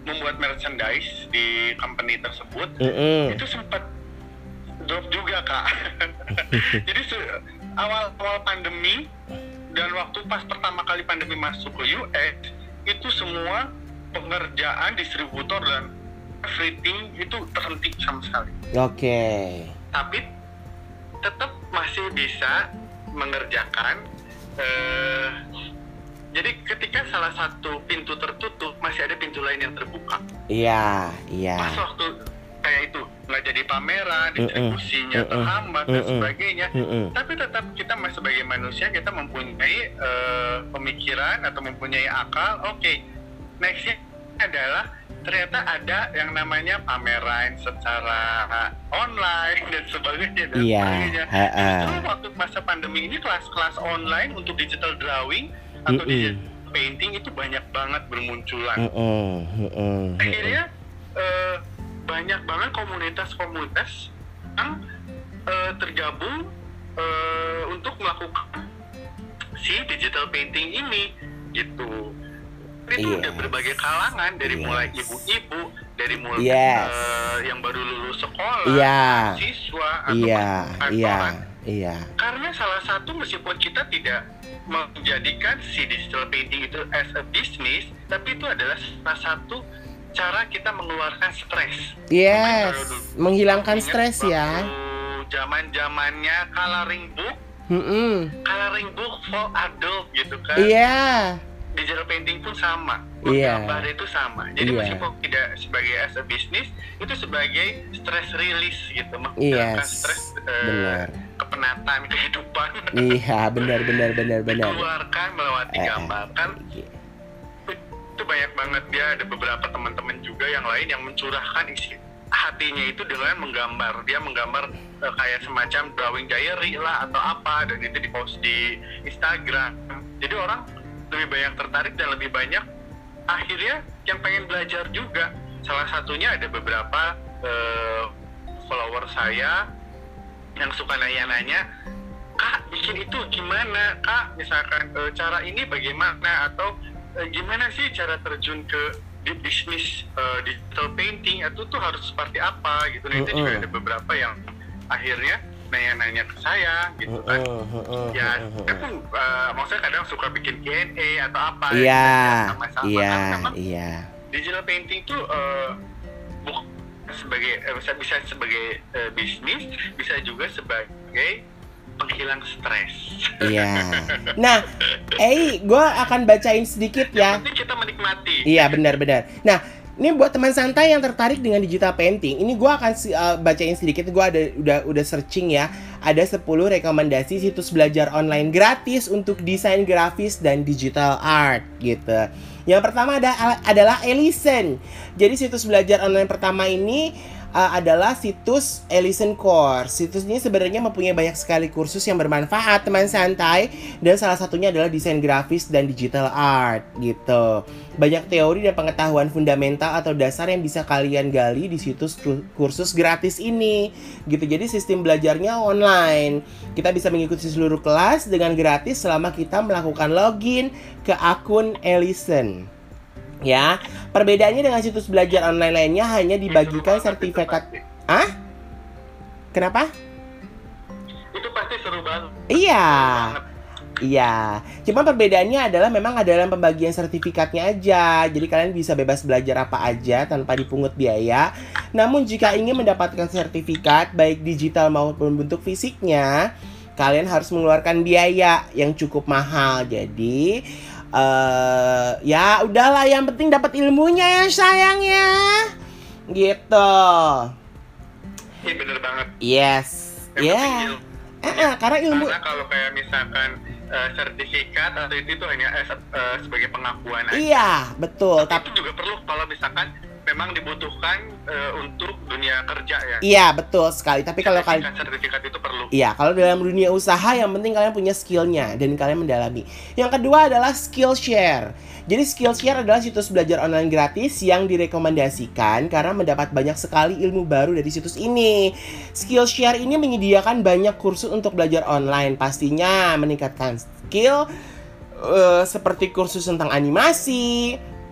membuat merchandise di company tersebut, Mm-mm. itu sempat drop juga Kak. Jadi se- awal-awal pandemi dan waktu pas pertama kali pandemi masuk ke U S, itu semua pengerjaan distributor dan everything itu terhenti sama sekali. Oke. Tapi tetap masih bisa mengerjakan. Eh, jadi ketika salah satu pintu tertutup, masih ada pintu lain yang terbuka. Iya, iya. Pas waktu kayak itu nggak jadi pameran, distribusinya Mm-mm. terhambat dan Mm-mm. sebagainya. Mm-mm. Tapi tetap kita masih sebagai manusia, kita mempunyai eh, pemikiran atau mempunyai akal. Oke, okay, nextnya adalah ternyata ada yang namanya pameran secara online dan sebagainya dan Iya, sebagainya. ha-ha. Justru waktu masa pandemi ini kelas-kelas online untuk digital drawing atau Mm-mm. digital painting itu banyak banget bermunculan. Mm-mm. Mm-mm. Akhirnya eh, banyak banget komunitas-komunitas yang eh, tergabung eh, untuk melakukan si digital painting ini gitu. Itu Yes. udah berbagai kalangan, dari Yes. mulai ibu-ibu, dari mulai Yes. eh, yang baru lulus sekolah, Iya. siswa atau Iya, kantoran. iya, iya. Karena salah satu meskipun kita tidak menjadikan si digital painting itu as a business, tapi itu adalah salah satu cara kita mengeluarkan stres. Yes, Kalau dulu menghilangkan ingat stres ya. waktu zaman-zamannya coloring book, Mm-mm. coloring book for adult gitu kan. Iya. Digital painting pun sama, Iya. menggambar itu sama. Jadi Iya. meskipun tidak sebagai as a business, itu sebagai stress release gitu, menghilangkan Yes, stres, eh, benar. kepenatan kehidupan. Iya, benar, benar, benar, benar. Dikeluarkan melewati Eh, gambar kan. Itu banyak banget, dia ada beberapa teman-teman juga yang lain yang mencurahkan isi hatinya itu dengan menggambar. Dia menggambar eh, kayak semacam drawing diary lah atau apa, dan itu dipost di Instagram. Jadi orang lebih banyak tertarik dan lebih banyak akhirnya yang pengen belajar juga. Salah satunya ada beberapa eh, follower saya yang suka nanya-nanya, Kak bikin itu gimana Kak, misalkan eh, cara ini bagaimana, atau eh, gimana sih cara terjun ke di bisnis eh, digital painting, itu tuh harus seperti apa gitu. Nah, itu juga ada beberapa yang akhirnya nanya-nanya ke saya gitu kan. Ya, saya pun uh, maksudnya kadang suka bikin Q and A atau apa. Iya, ya, sama-sama. iya, Karena memang iya. digital painting itu uh, bukan sebagai eh, bisa bisa sebagai uh, bisnis, bisa juga sebagai penghilang stres. Iya. Nah, eh, gue akan bacain sedikit ya. Yang penting kita menikmati. Iya, benar-benar. Nah, ini buat teman santai yang tertarik dengan digital painting, ini gue akan uh, bacain sedikit. Gue ada udah udah searching ya. Ada sepuluh rekomendasi situs belajar online gratis untuk desain grafis dan digital art gitu. Yang pertama ada adalah Elisen. Jadi situs belajar online pertama ini uh, adalah situs Elisen Course. Situs ini sebenarnya mempunyai banyak sekali kursus yang bermanfaat teman santai, dan salah satunya adalah desain grafis dan digital art gitu. Banyak teori dan pengetahuan fundamental atau dasar yang bisa kalian gali di situs kursus gratis ini gitu. Jadi sistem belajarnya online. Kita bisa mengikuti seluruh kelas dengan gratis selama kita melakukan login ke akun Elisen. Ya, perbedaannya dengan situs belajar online lainnya hanya dibagikan sertifikat. Ah? Kenapa? Itu pasti seru banget. Iya. Seru banget. Iya, cuma perbedaannya adalah memang ada dalam pembagian sertifikatnya aja. Jadi kalian bisa bebas belajar apa aja tanpa dipungut biaya. Namun jika ingin mendapatkan sertifikat baik digital maupun bentuk fisiknya, kalian harus mengeluarkan biaya yang cukup mahal. Jadi uh, ya udahlah, yang penting dapat ilmunya ya sayangnya. Gitu. Iya bener banget. Yes. Yang Ya. penting ilmu. Eh, eh, karena ilmu. Karena kalau kayak misalkan uh, sertifikat atau itu itu hanya eh, se- eh, sebagai pengakuan aja. Iya, betul. Tapi Tapi itu juga perlu kalau misalkan memang dibutuhkan eh, untuk dunia kerja ya. iya, betul sekali. Tapi kalau kalian sertifikat, sertifikat itu perlu. Iya, kalau dalam dunia usaha yang penting kalian punya skillnya dan kalian mendalami. Yang kedua adalah Skillshare. Jadi Skillshare adalah situs belajar online gratis yang direkomendasikan karena mendapat banyak sekali ilmu baru dari situs ini. Skillshare ini menyediakan banyak kursus untuk belajar online, pastinya meningkatkan skill uh, seperti kursus tentang animasi,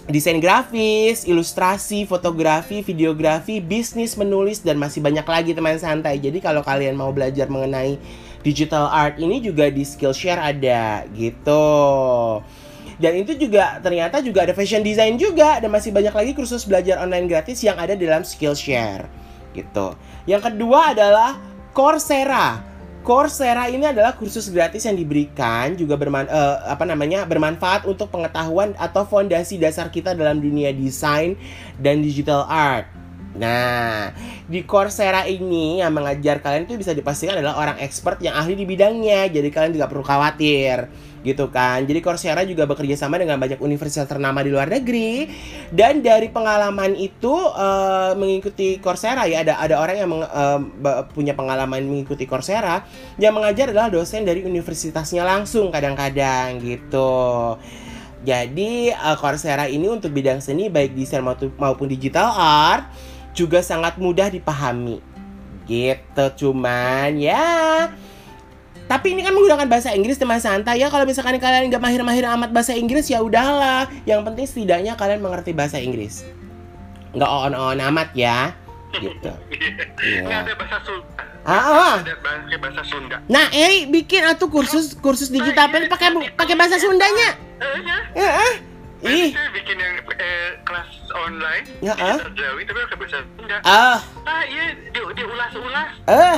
desain grafis, ilustrasi, fotografi, videografi, bisnis, menulis, dan masih banyak lagi teman santai. Jadi kalau kalian mau belajar mengenai digital art ini juga di Skillshare ada gitu. Dan itu juga ternyata juga ada fashion design juga, dan masih banyak lagi kursus belajar online gratis yang ada dalam Skillshare gitu. Yang kedua adalah Coursera. Coursera ini adalah kursus gratis yang diberikan juga berman, uh, apa namanya bermanfaat untuk pengetahuan atau fondasi dasar kita dalam dunia desain dan digital art. Nah, di Coursera ini yang mengajar kalian itu bisa dipastikan adalah orang expert yang ahli di bidangnya. Jadi kalian tidak perlu khawatir, gitu kan. Jadi Coursera juga bekerja sama dengan banyak universitas ternama di luar negeri. Dan dari pengalaman itu uh, mengikuti Coursera ya, ada ada orang yang meng, uh, punya pengalaman mengikuti Coursera, yang mengajar adalah dosen dari universitasnya langsung kadang-kadang gitu. Jadi uh, Coursera ini untuk bidang seni baik desain maupun digital art juga sangat mudah dipahami gitu. Cuman ya, tapi ini kan menggunakan bahasa Inggris teman santai ya. Kalau misalkan kalian nggak mahir-mahir amat bahasa Inggris ya udahlah. Yang penting setidaknya kalian mengerti bahasa Inggris. Nggak on-on amat ya gitu. Nggak yeah. ada bahasa Sunda. Ah, ah. Ada bahasa, bahasa Sunda. Nah, Eri bikin atuh kursus kursus digital pen pakai pakai bahasa Sundanya. Eh, ya. Ya, ah. Ih, saya bikin yang eh, kelas online, ya, ah? Jawi tapi pakai bahasa Sunda. Ah, ah iya, di, diulas-ulas. Eh,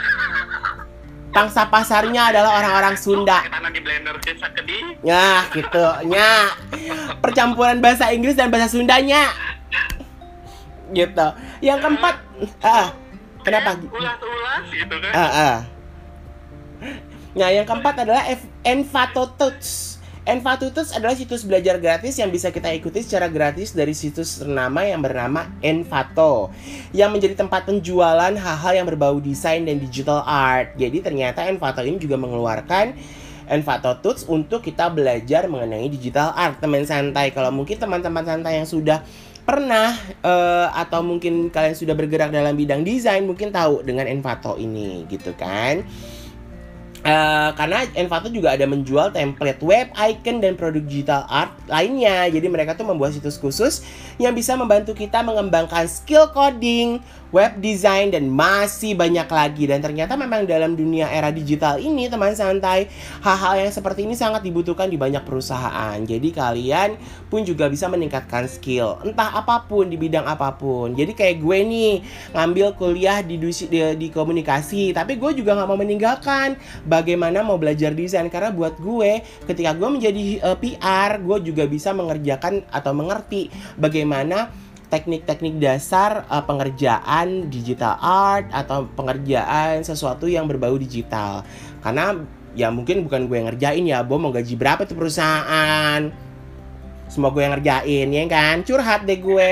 pangsa pasarnya adalah orang-orang Sunda. Karena di blender desa kedih. Ya, gitu. Ya, percampuran bahasa Inggris dan bahasa Sundanya. Gitu. Yang keempat, ah, kenapa? Ulas-ulas gitu kan? Ah, ah. Nah, yang keempat adalah Envato Tuts. Envato Tuts adalah situs belajar gratis yang bisa kita ikuti secara gratis dari situs ternama yang bernama Envato, yang menjadi tempat penjualan hal-hal yang berbau desain dan digital art. Jadi ternyata Envato ini juga mengeluarkan Envato Tuts untuk kita belajar mengenai digital art teman santai. Kalau mungkin teman-teman santai yang sudah pernah uh, atau mungkin kalian sudah bergerak dalam bidang desain mungkin tahu dengan Envato ini gitu kan. Uh, karena Envato juga ada menjual template web, icon, dan produk digital art lainnya. Jadi mereka tuh membuat situs khusus yang bisa membantu kita mengembangkan skill coding, web design, dan masih banyak lagi. Dan ternyata memang dalam dunia era digital ini teman santai, hal-hal yang seperti ini sangat dibutuhkan di banyak perusahaan. Jadi kalian pun juga bisa meningkatkan skill entah apapun, di bidang apapun. Jadi kayak gue nih ngambil kuliah di, di, di komunikasi, tapi gue juga gak mau meninggalkan bagaimana mau belajar desain. Karena buat gue, ketika gue menjadi uh, P R, gue juga bisa mengerjakan atau mengerti bagaimana teknik-teknik dasar uh, pengerjaan digital art atau pengerjaan sesuatu yang berbau digital. Karena ya mungkin bukan gue yang ngerjain ya, Bo mau gaji berapa tuh perusahaan, semua gue yang ngerjain ya kan. Curhat deh gue.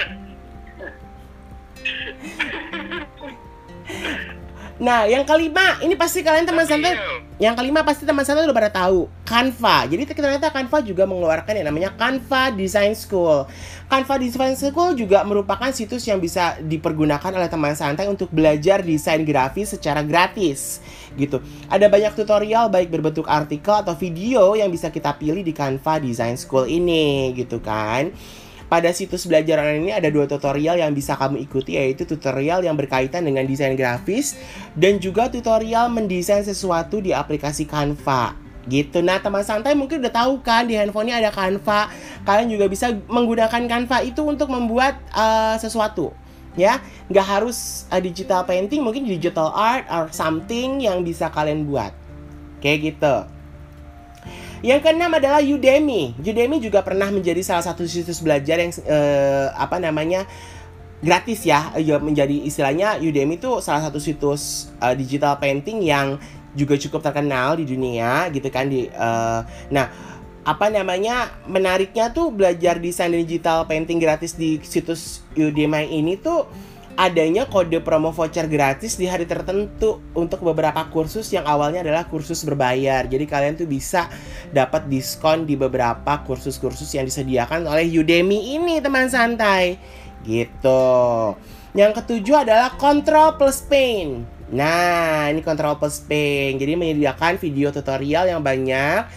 Nah, yang kelima, ini pasti kalian teman santai. Yang kelima pasti teman santai udah pada tahu, Canva. Jadi ternyata Canva juga mengeluarkan yang namanya Canva Design School. Canva Design School juga merupakan situs yang bisa dipergunakan oleh teman santai untuk belajar desain grafis secara gratis. Gitu. Ada banyak tutorial baik berbentuk artikel atau video yang bisa kita pilih di Canva Design School ini, gitu kan. Pada situs belajar online ini ada dua tutorial yang bisa kamu ikuti, yaitu tutorial yang berkaitan dengan desain grafis dan juga tutorial mendesain sesuatu di aplikasi Canva gitu. Nah teman santai mungkin udah tahu kan di handphonenya ada Canva. Kalian juga bisa menggunakan Canva itu untuk membuat uh, sesuatu ya. Nggak harus uh, digital painting, mungkin digital art or something yang bisa kalian buat kayak gitu. Yang keenam adalah Udemy. Udemy juga pernah menjadi salah satu situs belajar yang eh, apa namanya gratis ya. Menjadi istilahnya Udemy itu salah satu situs uh, digital painting yang juga cukup terkenal di dunia gitu kan. Di, uh, nah apa namanya menariknya tuh belajar desain digital painting gratis di situs Udemy ini tuh adanya kode promo voucher gratis di hari tertentu untuk beberapa kursus yang awalnya adalah kursus berbayar. Jadi kalian tuh bisa dapat diskon di beberapa kursus-kursus yang disediakan oleh Udemy ini teman santai gitu. Yang ketujuh adalah Control Plus Paint. Nah ini Control Plus Paint, jadi menyediakan video tutorial yang banyak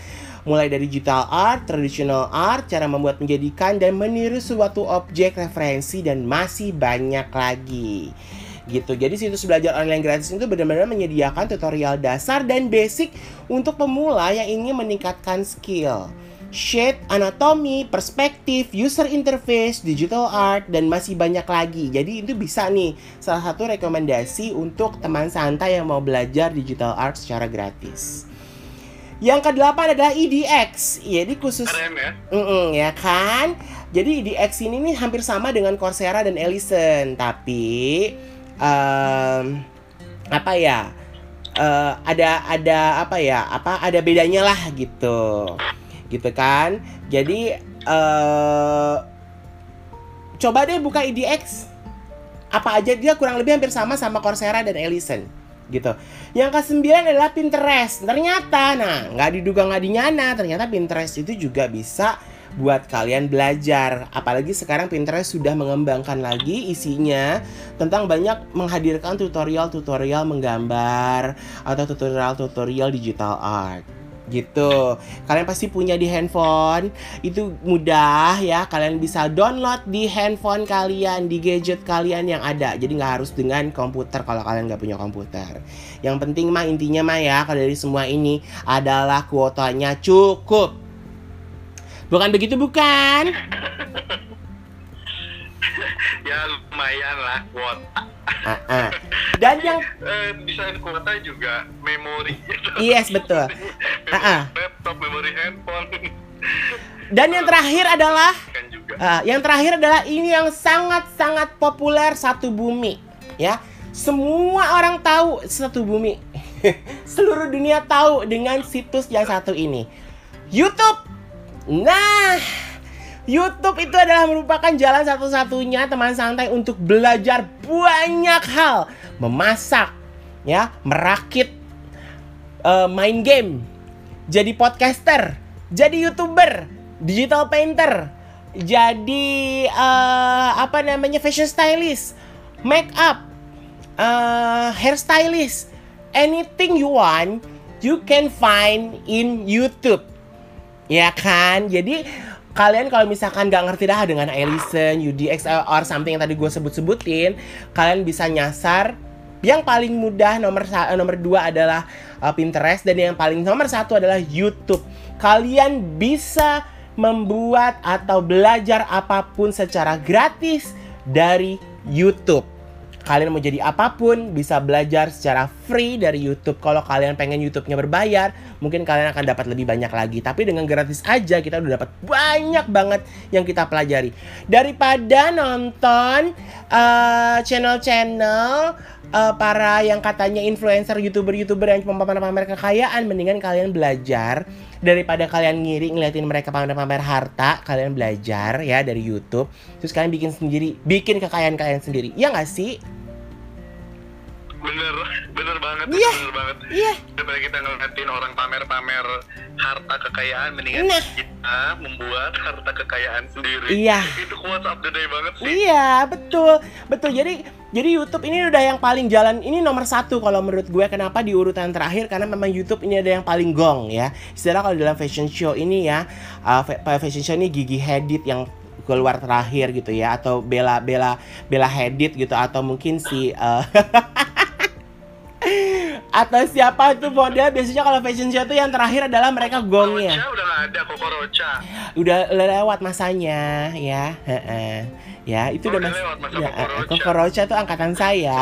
Mulai dari digital art, traditional art, cara membuat menjadikan dan meniru suatu objek referensi, dan masih banyak lagi. Gitu. Jadi situs belajar online gratis itu benar-benar menyediakan tutorial dasar dan basic untuk pemula yang ingin meningkatkan skill. Shade, anatomi, perspektif, user interface, digital art, dan masih banyak lagi. Jadi itu bisa nih salah satu rekomendasi untuk teman santai yang mau belajar digital art secara gratis. Yang kedelapan adalah E D X. Jadi khusus Keren ya? Mm-mm, ya kan? Jadi E D X ini nih hampir sama dengan Coursera dan Elisen, tapi um, apa ya? Uh, ada ada apa ya? Apa ada bedanya lah gitu. Gitu kan? Jadi uh, coba deh buka E D X. Apa aja dia kurang lebih hampir sama sama Coursera dan Elisen gitu. Yang kesembilan adalah Pinterest. Ternyata, nah nggak diduga nggak dinyana, ternyata Pinterest itu juga bisa buat kalian belajar. Apalagi sekarang Pinterest sudah mengembangkan lagi isinya tentang banyak menghadirkan tutorial-tutorial menggambar atau tutorial-tutorial digital art. Gitu. Kalian pasti punya di handphone. Itu mudah ya. Kalian bisa download di handphone kalian, di gadget kalian yang ada. Jadi nggak harus dengan komputer kalau kalian nggak punya komputer. Yang penting mah intinya mah ya, kalau dari semua ini adalah kuotanya cukup. Bukan begitu bukan? Ya lumayan lah kuota. Uh-uh. Dan yang eh, desain kuota juga memori. yes betul. Uh-uh. Laptop, memori handphone. Dan yang terakhir adalah Kan juga. uh, yang terakhir adalah ini yang sangat-sangat populer, Satu Bumi. Ya, semua orang tahu Satu Bumi. Seluruh dunia tahu dengan situs yang satu ini, YouTube. Nah, YouTube itu adalah merupakan jalan satu-satunya teman santai untuk belajar banyak hal. Memasak, ya, merakit, uh, main game, jadi podcaster, jadi YouTuber, digital painter, jadi uh, apa namanya fashion stylist, make up, uh, hairstylist, anything you want, you can find in YouTube. Ya kan? Jadi kalian kalau misalkan gak ngerti dah dengan Elisen, U D X, or something yang tadi gue sebut-sebutin, kalian bisa nyasar. Yang paling mudah nomor nomor dua adalah uh, Pinterest, dan yang paling nomor satu adalah YouTube. Kalian bisa membuat atau belajar apapun secara gratis dari YouTube. Kalian mau jadi apapun, bisa belajar secara free dari YouTube. Kalau kalian pengen YouTube-nya berbayar, mungkin kalian akan dapat lebih banyak lagi. Tapi dengan gratis aja, kita udah dapat banyak banget yang kita pelajari. Daripada nonton uh, channel-channel uh, para yang katanya influencer, YouTuber-YouTuber yang cuma pamer-pamer kekayaan, mendingan kalian belajar. Daripada kalian ngiri ngeliatin mereka pamer-pamer harta, kalian belajar ya dari YouTube. Terus kalian bikin sendiri, bikin kekayaan kalian sendiri. Iya nggak sih? Bener, bener banget, Iya. bener banget. Iya. Daripada kita ngeliatin orang pamer-pamer harta kekayaan, mendingan Nah. kita membuat harta kekayaan sendiri. Iya. Itu quotes of the day banget sih. Iya, betul. Betul. Jadi jadi YouTube ini udah yang paling jalan, ini nomor satu kalau menurut gue. Kenapa di urutan terakhir? Karena memang YouTube ini ada yang paling gong ya. Istilah kalau dalam fashion show ini ya, uh, fashion show ini Gigi Hadid yang keluar terakhir gitu ya, atau Bella Bella Bella Hadid gitu, atau mungkin si uh, atau siapa tuh model. Biasanya kalau fashion show tuh yang terakhir adalah mereka gongnya. Rocha udah gak ada, Koko Rocha. Udah lewat masanya ya. Heeh. Ya, itu Oh, udah udah mas lewat masa ya, Koko Rocha. Koko Rocha tuh angkatan saya.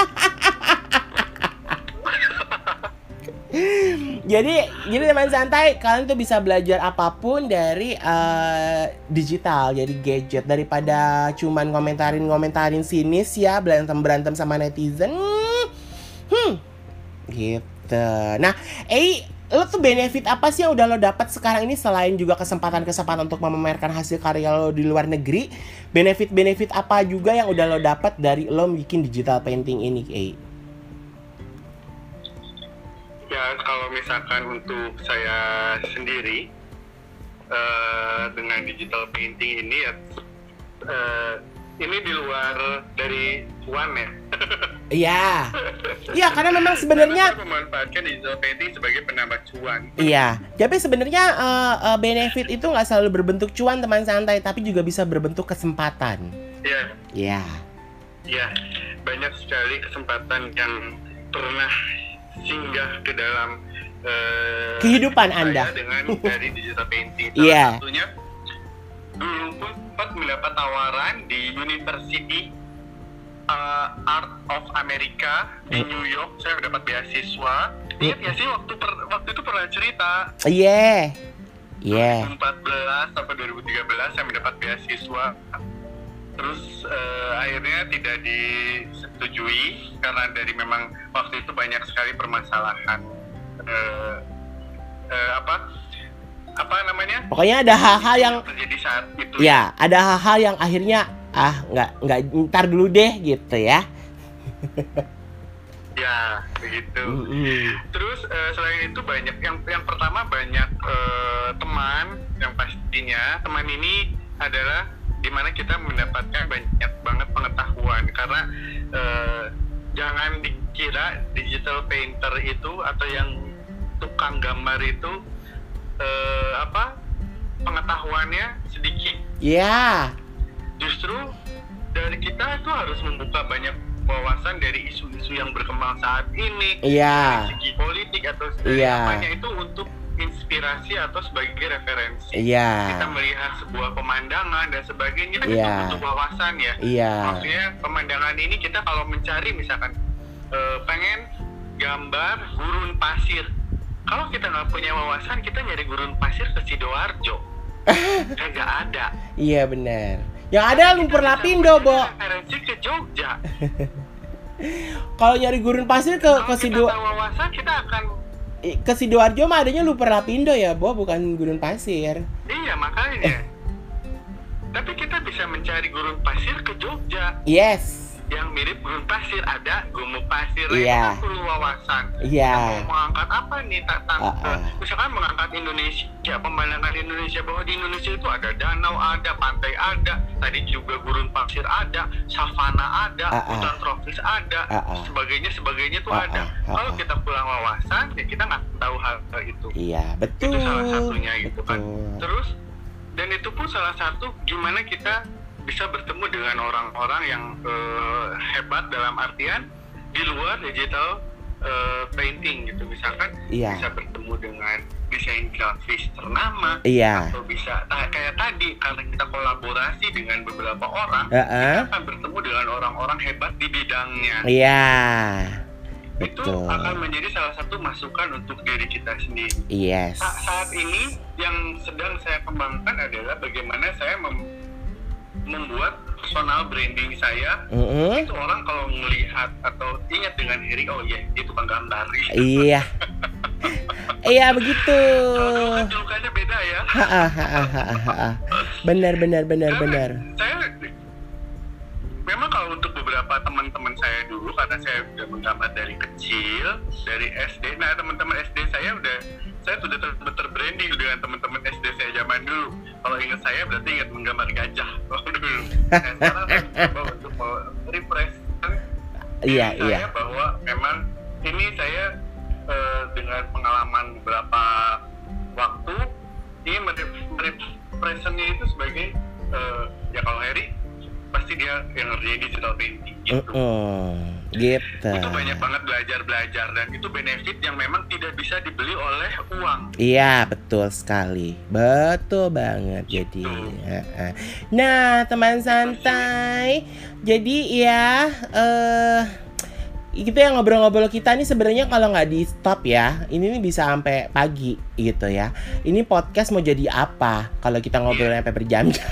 Jadi, jadi teman santai, kalian tuh bisa belajar apapun dari uh, digital, jadi gadget, daripada cuman ngomentarin-ngomentarin sinis ya, berantem-berantem sama netizen. Hmm, gitu. Nah, eh, lo tuh benefit apa sih yang udah lo dapat sekarang ini selain juga kesempatan-kesempatan untuk memamerkan hasil karya lo di luar negeri? Benefit-benefit apa juga yang udah lo dapat dari lo bikin digital painting ini, eh? Ya, kalau misalkan untuk saya sendiri uh, dengan digital painting ini ya, uh, ini di luar dari uang ya. Iya. Iya, karena memang sebenarnya memanfaatkan digital painting sebagai penambah cuan. Iya, tapi sebenarnya uh, uh, benefit itu nggak selalu berbentuk cuan teman santai, tapi juga bisa berbentuk kesempatan. Iya. Iya. Iya, banyak sekali kesempatan yang pernah singgah ke dalam uh, kehidupan saya Anda dengan dari digital painting. Salah Iya. satunya dulu pun sempat mendapat tawaran di University uh, Art of America di New York. Saya mendapat beasiswa. Ingat ya sih waktu per, waktu itu pernah cerita. Iya. Iya. dua ribu empat belas sampai dua ribu tiga belas saya mendapat beasiswa. Terus uh, akhirnya tidak disetujui karena dari memang waktu itu banyak sekali permasalahan uh, uh, apa apa namanya? Pokoknya ada hal-hal yang terjadi saat itu. Ya, ada hal-hal yang akhirnya ah nggak nggak ntar dulu deh gitu ya. Ya begitu. Mm-hmm. Terus uh, selain itu banyak yang yang pertama banyak uh, teman yang pastinya teman ini adalah dimana kita mendapatkan banyak banget pengetahuan karena uh, jangan dikira digital painter itu atau yang tukang gambar itu uh, apa pengetahuannya sedikit. Iya. Yeah. Justru dari kita itu harus membuka banyak wawasan dari isu-isu yang berkembang saat ini. Iya. Yeah. Dari segi politik atau Iya. Yeah. apanya itu untuk inspirasi atau sebagai referensi. Iya. Yeah. Kita melihat sebuah pemandangan dan sebagainya Iya. itu butuh wawasan ya. Iya. Yeah. Maksudnya pemandangan ini kita kalau mencari misalkan uh, pengen gambar gurun pasir. Kalau kita nggak punya wawasan, kita nyari gurun pasir ke Sidoarjo. Kagak ada. Iya benar. Yang ada lumpur lapindo, Bo. Referensi ke Jogja. Kalau nyari gurun pasir ke ke Sido Kalau kita tahu wawasan, kita akan ke Sidoarjo mah adanya lumpur lapindo ya, Bo, bukan gurun pasir. Iya, makanya. Tapi kita bisa mencari gurun pasir ke Jogja. Yes. Yang mirip gurun pasir ada gumuk pasir. Iya. Itu perlu wawasan. Iya. Kita mau mengangkat apa nih? Tentang Uh, uh. misalkan mengangkat Indonesia, pemandangan Indonesia, bahwa di Indonesia itu ada danau, ada pantai, ada tadi juga gurun pasir ada, savana ada, Uh, uh. hutan tropis ada, Uh, uh. sebagainya sebagainya itu Uh, uh. ada. Uh, uh. Kalau kita pulang wawasan, ya kita nggak tahu hal itu. Iya, betul. Itu salah satunya gitu kan. Betul. Terus dan itu pun salah satu gimana kita bisa bertemu dengan orang-orang yang uh, hebat dalam artian di luar digital uh, painting gitu, misalkan Iya. bisa bertemu dengan desain grafis ternama, Iya. atau bisa ta- kayak tadi karena kita kolaborasi dengan beberapa orang, Uh, uh. kita akan bertemu dengan orang-orang hebat di bidangnya. Iya. Itu Betul. akan menjadi salah satu masukan untuk diri kita sendiri. Yes. Sa- saat ini yang sedang saya kembangkan adalah bagaimana saya mem- membuat personal branding saya. Mm-hmm. Itu orang kalau melihat atau ingat dengan Heri, oh iya, dia tukang gambar. Iya. Iya begitu. Kalau julukannya beda ya. Ha, ha, ha, ha, ha. Benar benar benar Karena benar. Saya memang kalau untuk beberapa teman-teman saya dulu, karena saya udah menggambar dari kecil, dari S D. Nah, teman-teman S D saya udah, saya sudah ter- terbranding dengan teman-teman S D saya zaman dulu. Kalau ingat saya berarti ingat menggambar gajah dulu. Nah, sekarang saya mencoba untuk refresh Iya diri iya. saya bahwa memang ini saya eh, dengan pengalaman beberapa waktu ini merefreshnya itu sebagai eh, ya kalau Heri pasti dia yang ngerjain digital painting gitu. Mm-mm. Gitu. Itu banyak banget belajar-belajar dan itu benefit yang memang tidak bisa dibeli oleh uang. Iya betul sekali, betul banget. Jadi, uh-uh. Nah teman santai, jadi ya, eh itu yang ngobrol-ngobrol kita nih sebenarnya kalau nggak di stop ya, ini nih bisa sampai pagi gitu ya. Ini podcast mau jadi apa kalau kita ngobrol sampai berjam-jam?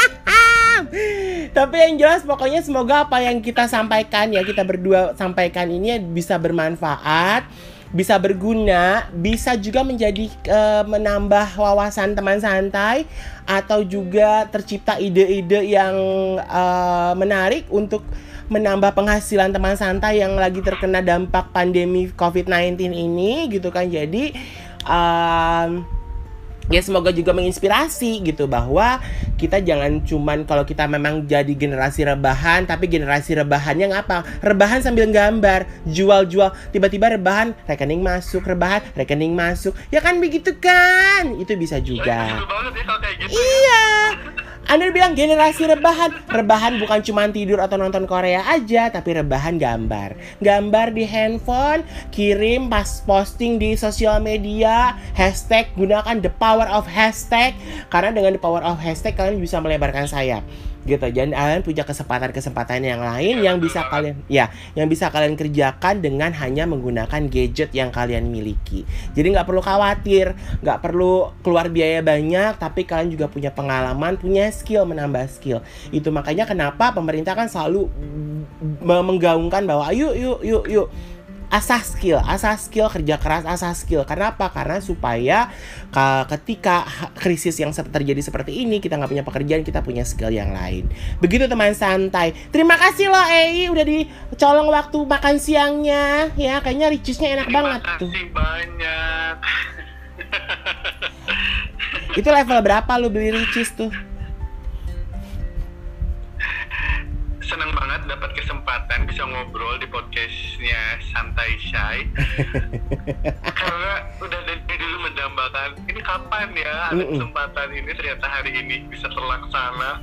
Tapi yang jelas pokoknya semoga apa yang kita sampaikan ya, kita berdua sampaikan ini bisa bermanfaat, bisa berguna, bisa juga menjadi uh, menambah wawasan teman santai, atau juga tercipta ide-ide yang uh, menarik untuk menambah penghasilan teman santai yang lagi terkena dampak pandemi covid sembilan belas ini gitu kan. Jadi um, ya semoga juga menginspirasi gitu, bahwa kita jangan cuman kalau kita memang jadi generasi rebahan, tapi generasi rebahannya ngapa? Rebahan sambil gambar, jual-jual, tiba-tiba rebahan, rekening masuk, rebahan, rekening masuk. Ya kan begitu kan? Itu bisa juga. Seru banget ya kalau kayak gitu. Iya. Anda bilang generasi rebahan. Rebahan bukan cuma tidur atau nonton Korea aja, tapi rebahan gambar. Gambar di handphone, kirim pas posting di sosial media, hashtag, gunakan the power of hashtag. Karena dengan the power of hashtag kalian bisa melebarkan sayap. Gitu. Jadi kalian punya kesempatan-kesempatan yang lain Ya, yang bisa betul kalian ya, yang bisa kalian kerjakan dengan hanya menggunakan gadget yang kalian miliki. Jadi nggak perlu khawatir, nggak perlu keluar biaya banyak, tapi kalian juga punya pengalaman, punya skill, menambah skill. Itu makanya kenapa pemerintah kan selalu menggaungkan bahwa yuk yuk yuk yuk asah skill, asah skill, kerja keras, asah skill. Karena apa? Karena supaya ketika krisis yang terjadi seperti ini, kita nggak punya pekerjaan, kita punya skill yang lain. Begitu teman santai. Terima kasih loh Ei, udah dicolong waktu makan siangnya. Ya, kayaknya ricisnya enak Terima banget tuh. kasih banyak. Itu level berapa lu beli ricis tuh? Senang banget dapat kesempatan bisa ngobrol di podcastnya Santai Shy. Karena udah dari dulu mendambakan ini kapan ya ada Mm-mm. kesempatan ini, ternyata hari ini bisa terlaksana.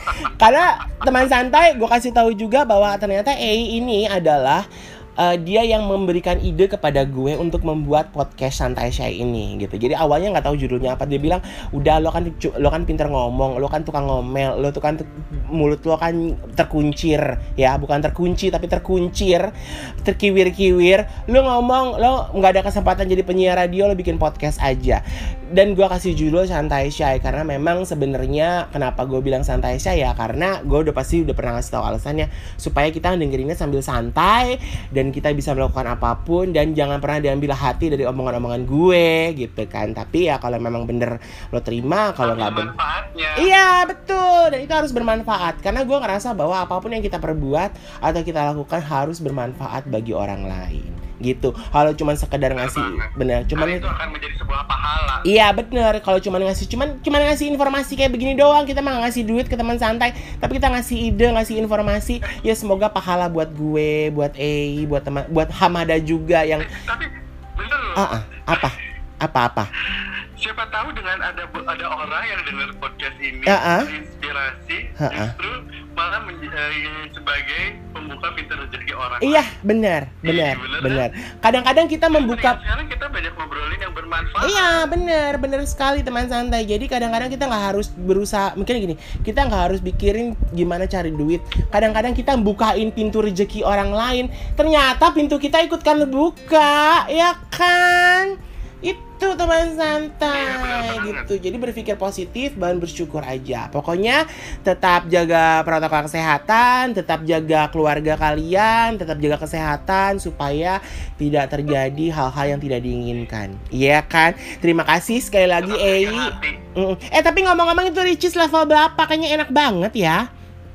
Karena teman santai, gue kasih tahu juga bahwa ternyata Ei ini adalah uh, dia yang memberikan ide kepada gue untuk membuat podcast Santai Shy ini gitu. Jadi awalnya nggak tahu judulnya apa, dia bilang udah lo kan lo kan pinter ngomong, lo kan tukang ngomel, lo tuh kan mulut lo kan terkuncir ya, bukan terkunci tapi terkuncir, terkiwir-kiwir. Lo ngomong, lo nggak ada kesempatan jadi penyiar radio, lo bikin podcast aja. Dan gue kasih judul Santai Shy karena memang sebenarnya kenapa gue bilang Santai Shy ya, karena gue udah pasti udah pernah ngasih tahu alasannya supaya kita dengerinnya sambil santai dan kita bisa melakukan apapun dan jangan pernah diambil hati dari omongan-omongan gue gitu kan. Tapi ya kalau memang bener lo terima, kalau nggak bener, manfaatnya. iya betul, dan itu harus bermanfaat karena gue ngerasa bahwa apapun yang kita perbuat atau kita lakukan harus bermanfaat bagi orang lain gitu. Kalau cuma sekedar ngasih, bener, cuman itu akan menjadi sebuah pahala. Iya bener, kalau cuma ngasih cuman cuma ngasih informasi kayak begini doang, kita mah ngasih duit ke teman santai, tapi kita ngasih ide, ngasih informasi, ya semoga pahala buat gue, buat Ei, buat teman, buat Hamada juga yang. Tapi bener loh. Ah, ah, apa, apa, apa? Siapa tahu dengan ada ada orang yang dengar podcast ini Uh-uh. terinspirasi, Uh-uh. justru malah men- eh, sebagai pembuka pintu rezeki orang. Iya benar, benar, Iya, bener, benar. Kadang-kadang kita membuka. Sekarang kita banyak ngobrolin yang bermanfaat. Iya bener, bener sekali teman santai. Jadi kadang-kadang kita nggak harus berusaha, mungkin gini, kita nggak harus pikirin gimana cari duit. Kadang-kadang kita bukain pintu rezeki orang lain, ternyata pintu kita ikut kan buka, ya kan? Itu teman santai Iya, gitu. Jadi berpikir positif dan bersyukur aja. Pokoknya tetap jaga protokol kesehatan, tetap jaga keluarga kalian, tetap jaga kesehatan supaya tidak terjadi hal-hal yang tidak diinginkan. Iya kan? Terima kasih sekali lagi Ei. Mm. Eh tapi ngomong-ngomong itu ricis level berapa? Kayaknya enak banget ya.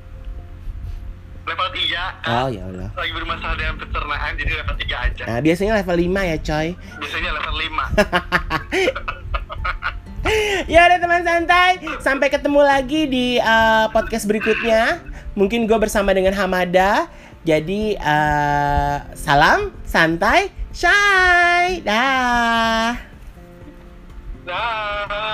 Level tiga. Oh ya Allah. Lagi bermasalah dengan pencernaan, jadi level tiga aja. Nah, biasanya level lima ya coy. Biasanya level lima. Ya udah teman santai, sampai ketemu lagi di uh, podcast berikutnya. Mungkin gue bersama dengan Hamada. Jadi uh, salam santai shy. Dah. Dah.